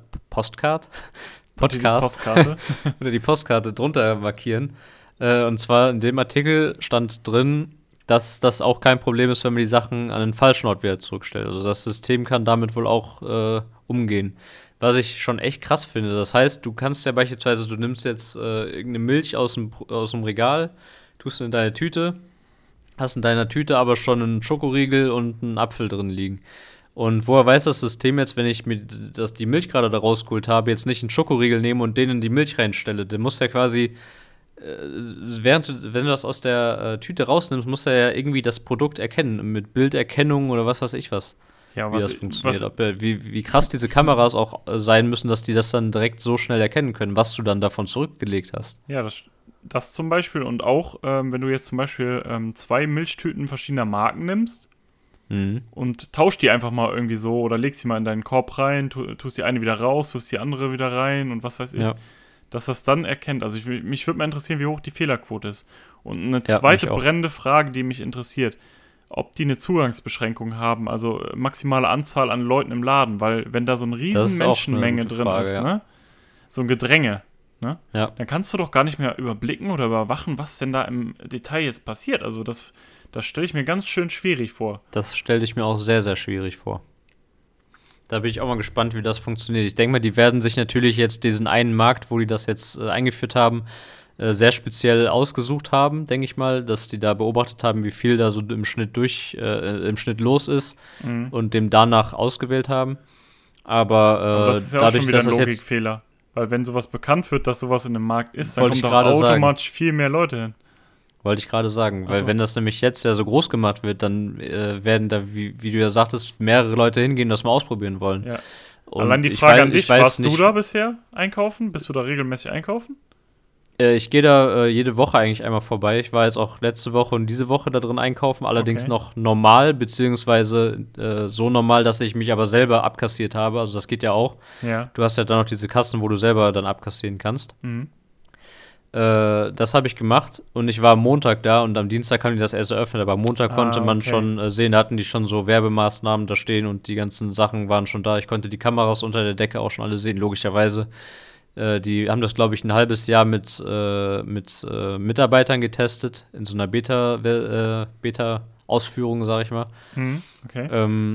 oder die Postkarte drunter markieren. Und zwar in dem Artikel stand drin, dass das auch kein Problem ist, wenn man die Sachen an den falschen Ort wieder zurückstellt. Also das System kann damit wohl auch umgehen. Was ich schon echt krass finde. Das heißt, du kannst ja beispielsweise, du nimmst jetzt irgendeine Milch aus dem Regal, tust in deine Tüte, hast in deiner Tüte aber schon einen Schokoriegel und einen Apfel drin liegen. Und woher weiß das System jetzt, wenn ich mir die Milch gerade da rausgeholt habe, jetzt nicht einen Schokoriegel nehme und den in die Milch reinstelle? Der muss ja quasi, wenn du das aus der Tüte rausnimmst, muss er ja irgendwie das Produkt erkennen, mit Bilderkennung oder was weiß ich was. Ja, wie das funktioniert. Wie krass diese Kameras auch sein müssen, dass die das dann direkt so schnell erkennen können, was du dann davon zurückgelegt hast. Ja, das zum Beispiel und auch, wenn du jetzt zum Beispiel 2 Milchtüten verschiedener Marken nimmst und tauschst die einfach mal irgendwie so oder legst sie mal in deinen Korb rein, tust die eine wieder raus, tust die andere wieder rein und was weiß ich, dass das dann erkennt. Also mich würde mal interessieren, wie hoch die Fehlerquote ist. Und eine zweite brennende Frage, die mich interessiert, ob die eine Zugangsbeschränkung haben, also maximale Anzahl an Leuten im Laden, weil wenn da so eine riesen Menschenmenge drin ist, ne? So ein Gedränge, ne? Ja. Dann kannst du doch gar nicht mehr überblicken oder überwachen, was denn da im Detail jetzt passiert. Also das stelle ich mir ganz schön schwierig vor. Das stelle ich mir auch sehr, sehr schwierig vor. Da bin ich auch mal gespannt, wie das funktioniert. Ich denke mal, die werden sich natürlich jetzt diesen einen Markt, wo die das jetzt eingeführt haben, sehr speziell ausgesucht haben, denke ich mal, dass die da beobachtet haben, wie viel da so im Schnitt los ist und dem danach ausgewählt haben. Aber das ist ja dadurch, auch schon wieder ein Logikfehler. Weil wenn sowas bekannt wird, dass sowas in einem Markt ist, dann kommen doch automatisch viel mehr Leute hin. Wollte ich gerade sagen, weil wenn das nämlich jetzt ja so groß gemacht wird, dann werden da, wie du ja sagtest, mehrere Leute hingehen, das mal ausprobieren wollen. Ja. Allein die Frage an dich, warst du da bisher einkaufen? Bist du da regelmäßig einkaufen? Ich gehe da jede Woche eigentlich einmal vorbei. Ich war jetzt auch letzte Woche und diese Woche da drin einkaufen, allerdings noch normal, beziehungsweise so normal, dass ich mich aber selber abkassiert habe. Also das geht ja auch. Ja. Du hast ja dann noch diese Kassen, wo du selber dann abkassieren kannst. Das habe ich gemacht und ich war am Montag da und am Dienstag haben die das erst eröffnet, aber am Montag konnte man schon sehen, da hatten die schon so Werbemaßnahmen da stehen und die ganzen Sachen waren schon da. Ich konnte die Kameras unter der Decke auch schon alle sehen, logischerweise. Die haben das, glaube ich, ein halbes Jahr mit Mitarbeitern getestet, in so einer Beta-Ausführung, sag ich mal. Okay.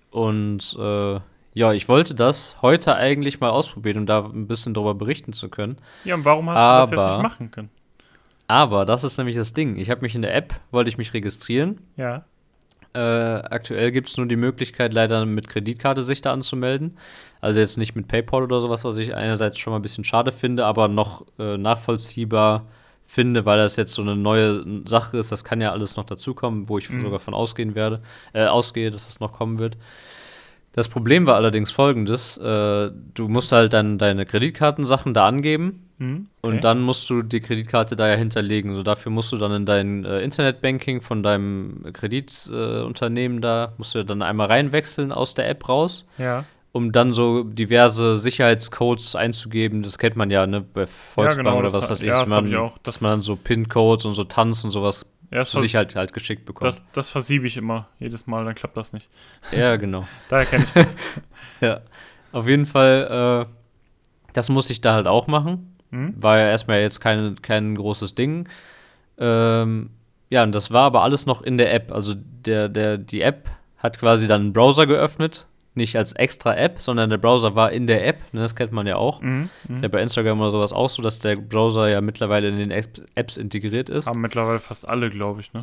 Ja, ich wollte das heute eigentlich mal ausprobieren, um da ein bisschen drüber berichten zu können. Ja, und warum hast du das jetzt nicht machen können? Aber das ist nämlich das Ding. Ich habe mich in der App, wollte ich mich registrieren. Ja. Aktuell gibt es nur die Möglichkeit, leider mit Kreditkarte sich da anzumelden. Also jetzt nicht mit PayPal oder sowas, was ich einerseits schon mal ein bisschen schade finde, aber noch nachvollziehbar finde, weil das jetzt so eine neue Sache ist. Das kann ja alles noch dazukommen, wo ich sogar von ausgehe, dass das noch kommen wird. Das Problem war allerdings folgendes: Du musst halt dann deine Kreditkartensachen da angeben. Und dann musst du die Kreditkarte da ja hinterlegen. So, dafür musst du dann in dein Internetbanking von deinem Kreditunternehmen musst du dann einmal reinwechseln aus der App raus, um dann so diverse Sicherheitscodes einzugeben. Das kennt man ja, ne, bei Volksbank oder was weiß ich. Ja, das habe ich auch. Dass man dann so PIN-Codes und so Tanz und sowas für sich halt geschickt bekommt. Das versiebe ich immer, jedes Mal, dann klappt das nicht. Ja, genau. Daher kenne ich das. Ja, auf jeden Fall, das muss ich da halt auch machen. War ja erstmal jetzt kein großes Ding. Ja, und das war aber alles noch in der App. Also die App hat quasi dann einen Browser geöffnet. Nicht als extra App, sondern der Browser war in der App. Ne, das kennt man ja auch. Ist ja bei Instagram oder sowas auch so, dass der Browser ja mittlerweile in den Apps integriert ist. Haben mittlerweile fast alle, glaube ich, ne?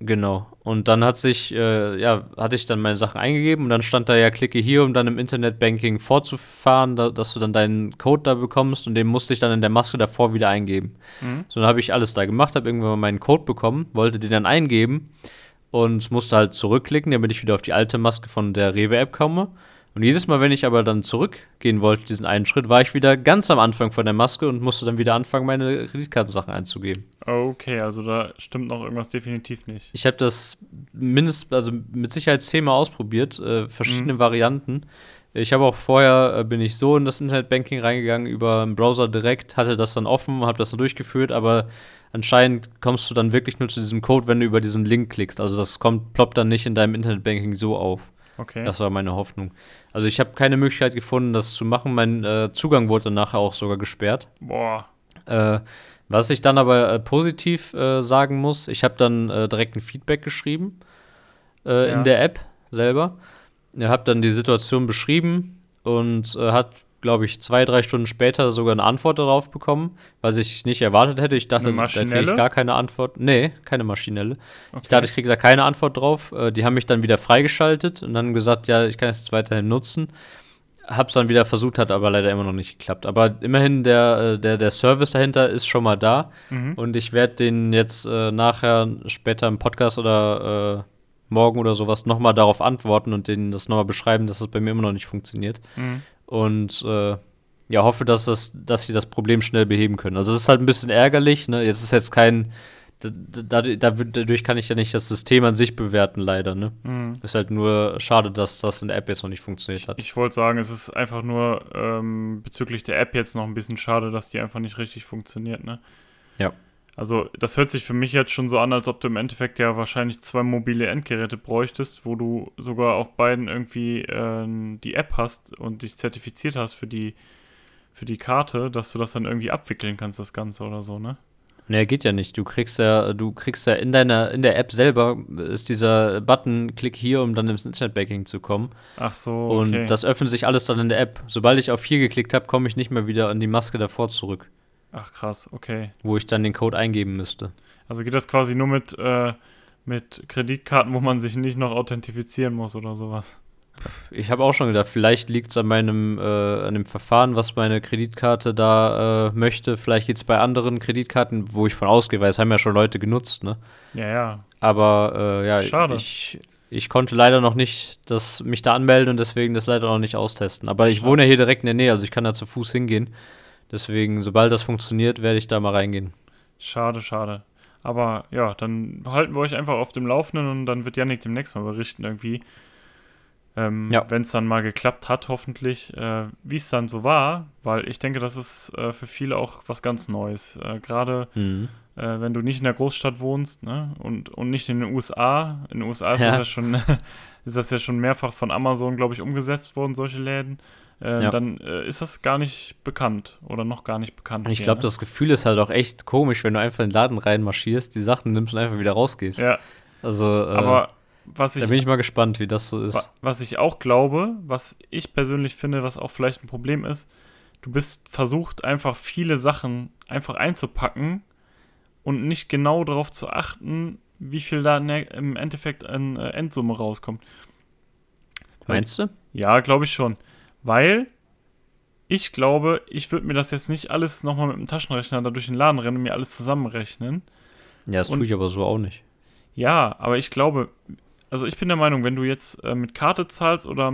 Genau. Und dann hatte ich dann meine Sachen eingegeben und dann stand da ja, klicke hier, um dann im Internetbanking fortzufahren, dass du dann deinen Code da bekommst und den musste ich dann in der Maske davor wieder eingeben. Mhm. So, dann habe ich alles da gemacht, habe irgendwann mal meinen Code bekommen, wollte den dann eingeben und musste halt zurückklicken, damit ich wieder auf die alte Maske von der Rewe-App komme. Und jedes Mal, wenn ich aber dann zurückgehen wollte, diesen einen Schritt, war ich wieder ganz am Anfang von der Maske und musste dann wieder anfangen, meine Kreditkartensachen einzugeben. Okay, also da stimmt noch irgendwas definitiv nicht. Ich habe das mit Sicherheit 10-mal ausprobiert, verschiedene Varianten. Ich habe auch vorher, bin ich so in das Internetbanking reingegangen, über den Browser direkt, hatte das dann offen, habe das dann durchgeführt, aber anscheinend kommst du dann wirklich nur zu diesem Code, wenn du über diesen Link klickst. Also das ploppt dann nicht in deinem Internetbanking so auf. Okay. Das war meine Hoffnung. Also ich habe keine Möglichkeit gefunden, das zu machen. Mein Zugang wurde dann nachher auch sogar gesperrt. Boah. Was ich dann aber positiv sagen muss, ich habe dann direkt ein Feedback geschrieben in der App selber. Ich habe dann die Situation beschrieben und hat, glaube ich, 2-3 Stunden später sogar eine Antwort darauf bekommen, was ich nicht erwartet hätte. Ich dachte, da kriege ich gar keine Antwort. Nee, keine maschinelle. Okay. Ich dachte, ich kriege da keine Antwort drauf. Die haben mich dann wieder freigeschaltet und dann gesagt, ja, ich kann es jetzt weiterhin nutzen. Hab's dann wieder versucht, hat aber leider immer noch nicht geklappt. Aber immerhin, der Service dahinter ist schon mal da. Mhm. Und ich werde den jetzt nachher später im Podcast oder morgen oder sowas nochmal darauf antworten und denen das nochmal beschreiben, dass das bei mir immer noch nicht funktioniert. Mhm. Und hoffe, dass sie das Problem schnell beheben können. Also es ist halt ein bisschen ärgerlich, ne? Jetzt ist jetzt kein dadurch kann ich ja nicht das System an sich bewerten, leider, ne? Mhm. Ist halt nur schade, dass das in der App jetzt noch nicht funktioniert hat. Ich wollte sagen, es ist einfach nur bezüglich der App jetzt noch ein bisschen schade, dass die einfach nicht richtig funktioniert, ne? Ja. Also das hört sich für mich jetzt schon so an, als ob du im Endeffekt ja wahrscheinlich 2 mobile Endgeräte bräuchtest, wo du sogar auf beiden irgendwie die App hast und dich zertifiziert hast für die Karte, dass du das dann irgendwie abwickeln kannst, das Ganze oder so, ne? Ne, geht ja nicht. Du kriegst ja in der App selber ist dieser Button, klick hier, um dann ins Internetbanking zu kommen. Ach so, okay. Und das öffnet sich alles dann in der App. Sobald ich auf hier geklickt habe, komme ich nicht mehr wieder an die Maske davor zurück. Ach krass, okay. Wo ich dann den Code eingeben müsste. Also geht das quasi nur mit Kreditkarten, wo man sich nicht noch authentifizieren muss oder sowas? Ich habe auch schon gedacht, vielleicht liegt es an an dem Verfahren, was meine Kreditkarte da möchte. Vielleicht geht es bei anderen Kreditkarten, wo ich von ausgehe, weil es haben ja schon Leute genutzt, ne? Ja. Aber schade. Ich konnte leider noch nicht mich da anmelden und deswegen das leider noch nicht austesten. Aber ich wohne ja hier direkt in der Nähe, also ich kann da zu Fuß hingehen. Deswegen, sobald das funktioniert, werde ich da mal reingehen. Schade. Aber ja, dann halten wir euch einfach auf dem Laufenden und dann wird Yannick demnächst mal berichten irgendwie. Wenn es dann mal geklappt hat, hoffentlich, wie es dann so war, weil ich denke, das ist für viele auch was ganz Neues. Gerade wenn du nicht in der Großstadt wohnst, ne, und nicht in den USA. In den USA ist das ja schon mehrfach von Amazon, glaube ich, umgesetzt worden, solche Läden. Dann ist das gar nicht bekannt oder noch gar nicht bekannt. Ich glaube, das Gefühl ist halt auch echt komisch, wenn du einfach in den Laden reinmarschierst, die Sachen nimmst und einfach wieder rausgehst. Ja. Also, aber da bin ich mal gespannt, wie das so ist. Was ich auch glaube, was ich persönlich finde, was auch vielleicht ein Problem ist, du bist versucht, einfach viele Sachen einfach einzupacken und nicht genau darauf zu achten, wie viel da im Endeffekt an Endsumme rauskommt. Meinst du? Ja, glaube ich schon. Weil ich glaube, ich würde mir das jetzt nicht alles nochmal mit dem Taschenrechner da durch den Laden rennen und mir alles zusammenrechnen. Ja, das tue ich aber so auch nicht. Ja, aber ich glaube, also ich bin der Meinung, wenn du jetzt mit Karte zahlst oder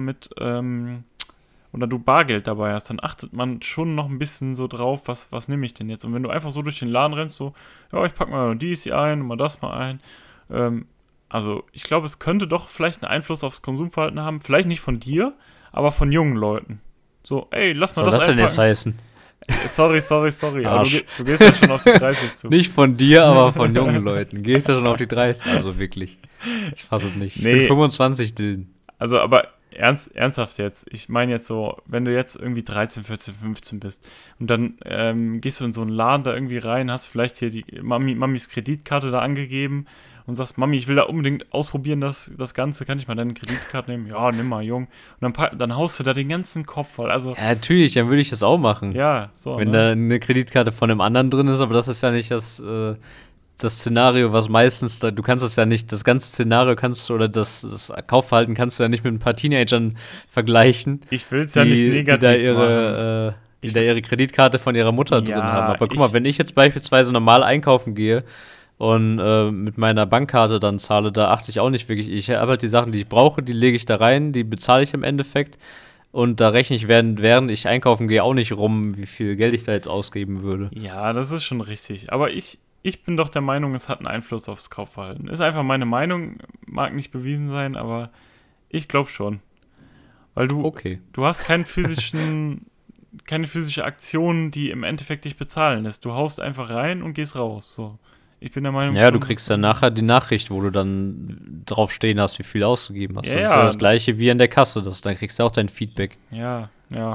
oder du Bargeld dabei hast, dann achtet man schon noch ein bisschen so drauf, was nehme ich denn jetzt? Und wenn du einfach so durch den Laden rennst, so, ja, ich packe mal dies hier ein und mal das mal ein. Also ich glaube, es könnte doch vielleicht einen Einfluss aufs Konsumverhalten haben. Vielleicht nicht von dir, aber von jungen Leuten. So, ey, lass mal das einpacken. Was soll das denn jetzt heißen? Sorry. Aber du gehst ja schon auf die 30 zu. Nicht von dir, aber von jungen Leuten. Gehst ja schon auf die 30. Also wirklich. Ich fasse es nicht. Nee. Ich bin 25, Dylan. Also, aber ernsthaft jetzt. Ich meine jetzt so, wenn du jetzt irgendwie 13, 14, 15 bist und dann gehst du in so einen Laden da irgendwie rein, hast vielleicht hier die Mamis Kreditkarte da angegeben und sagst, Mami, ich will da unbedingt ausprobieren, das Ganze, kann ich mal deine Kreditkarte nehmen? Ja, nimm mal, Jung. Und dann haust du da den ganzen Kopf voll. Also, ja, natürlich, dann würde ich das auch machen. Ja, so. Wenn da eine Kreditkarte von einem anderen drin ist, aber das ist ja nicht das das Szenario, was meistens, du kannst das ja nicht, das ganze Szenario kannst du, oder das Kaufverhalten kannst du ja nicht mit ein paar Teenagern vergleichen. Ich will es ja nicht negativ machen. Die da ihre Kreditkarte von ihrer Mutter drin haben. Aber guck mal, wenn ich jetzt beispielsweise normal einkaufen gehe und mit meiner Bankkarte dann zahle, da achte ich auch nicht wirklich. Ich habe halt die Sachen, die ich brauche, die lege ich da rein, die bezahle ich im Endeffekt. Und da rechne ich, während ich einkaufen gehe, auch nicht rum, wie viel Geld ich da jetzt ausgeben würde. Ja, das ist schon richtig. Aber ich bin doch der Meinung, es hat einen Einfluss aufs Kaufverhalten. Ist einfach meine Meinung, mag nicht bewiesen sein, aber ich glaube schon. Weil du hast keine physische Aktion, die im Endeffekt dich bezahlen lässt. Du haust einfach rein und gehst raus. So. Ich bin der Meinung, ja, du kriegst dann nachher die Nachricht, wo du dann drauf stehen hast, wie viel du ausgegeben hast. Das ist ja das Gleiche wie an der Kasse. Dann kriegst du auch dein Feedback. Ja.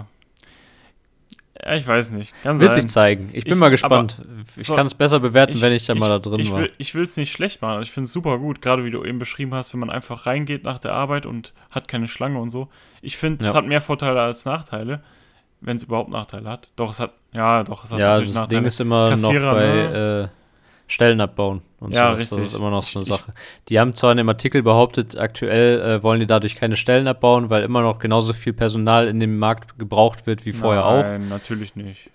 Ich weiß nicht. Willst dich zeigen. Ich bin mal gespannt. Ich kann es besser bewerten, wenn ich dann mal da drin war. Ich will es nicht schlecht machen. Ich finde es super gut, gerade wie du eben beschrieben hast, wenn man einfach reingeht nach der Arbeit und hat keine Schlange und so. Ich finde, es hat mehr Vorteile als Nachteile, wenn es überhaupt Nachteile hat. Es hat natürlich Nachteile. Ja, das Ding ist immer Kassierer, noch bei Stellen abbauen und ja, sowas. Richtig. Das ist immer noch so eine Sache. Die haben zwar in dem Artikel behauptet, aktuell wollen die dadurch keine Stellen abbauen, weil immer noch genauso viel Personal in dem Markt gebraucht wird wie vorher auch. Nein, natürlich nicht.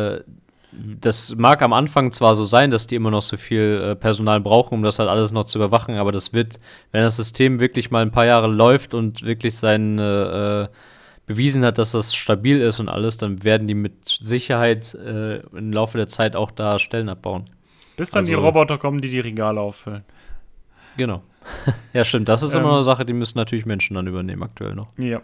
Das mag am Anfang zwar so sein, dass die immer noch so viel Personal brauchen, um das halt alles noch zu überwachen, aber das wird, wenn das System wirklich mal ein paar Jahre läuft und wirklich bewiesen hat, dass das stabil ist und alles, dann werden die mit Sicherheit im Laufe der Zeit auch da Stellen abbauen. Bis dann die Roboter kommen, die Regale auffüllen. Genau. Ja, stimmt. Das ist immer eine Sache, die müssen natürlich Menschen dann übernehmen aktuell noch. Ja.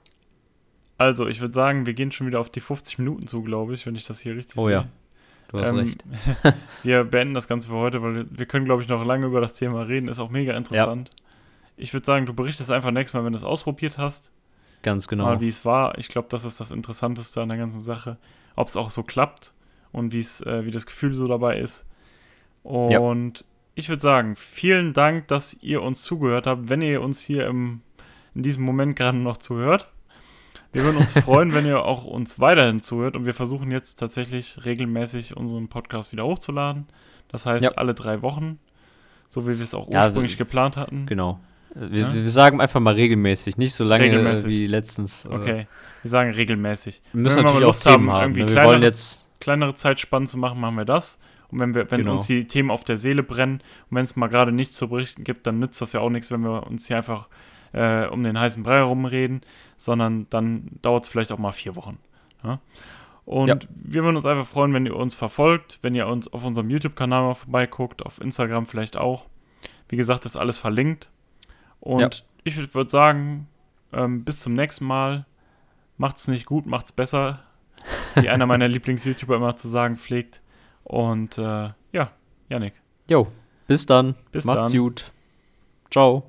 Also, ich würde sagen, wir gehen schon wieder auf die 50 Minuten zu, glaube ich, wenn ich das hier richtig sehe. Oh ja, du hast recht. Wir beenden das Ganze für heute, weil wir können, glaube ich, noch lange über das Thema reden. Ist auch mega interessant. Ja. Ich würde sagen, du berichtest einfach nächstes Mal, wenn du es ausprobiert hast. Ganz genau. Mal, wie es war. Ich glaube, das ist das Interessanteste an der ganzen Sache. Ob es auch so klappt und wie das Gefühl so dabei ist. Und ich würde sagen, vielen Dank, dass ihr uns zugehört habt, wenn ihr uns hier in diesem Moment gerade noch zuhört. Wir würden uns freuen, wenn ihr auch uns weiterhin zuhört, und wir versuchen jetzt tatsächlich regelmäßig unseren Podcast wieder hochzuladen. Das heißt, alle 3 Wochen, so wie wir es auch ursprünglich geplant hatten. Genau. Wir sagen einfach mal regelmäßig, nicht so lange wie letztens. Okay, wir sagen regelmäßig. Wir müssen natürlich auch Themen haben. Irgendwie wir wollen jetzt kleinere Zeitspannen zu machen, machen wir das. Und wenn uns die Themen auf der Seele brennen und wenn es mal gerade nichts zu berichten gibt, dann nützt das ja auch nichts, wenn wir uns hier einfach um den heißen Brei herumreden, sondern dann dauert es vielleicht auch mal 4 Wochen. Ja? Und wir würden uns einfach freuen, wenn ihr uns verfolgt, wenn ihr uns auf unserem YouTube-Kanal mal vorbeiguckt, auf Instagram vielleicht auch. Wie gesagt, ist alles verlinkt. Und ich würde sagen, bis zum nächsten Mal. Macht's nicht gut, macht's besser. Wie einer meiner Lieblings-YouTuber immer zu sagen pflegt. Und Yannick. Jo, bis dann. Macht's gut. Ciao.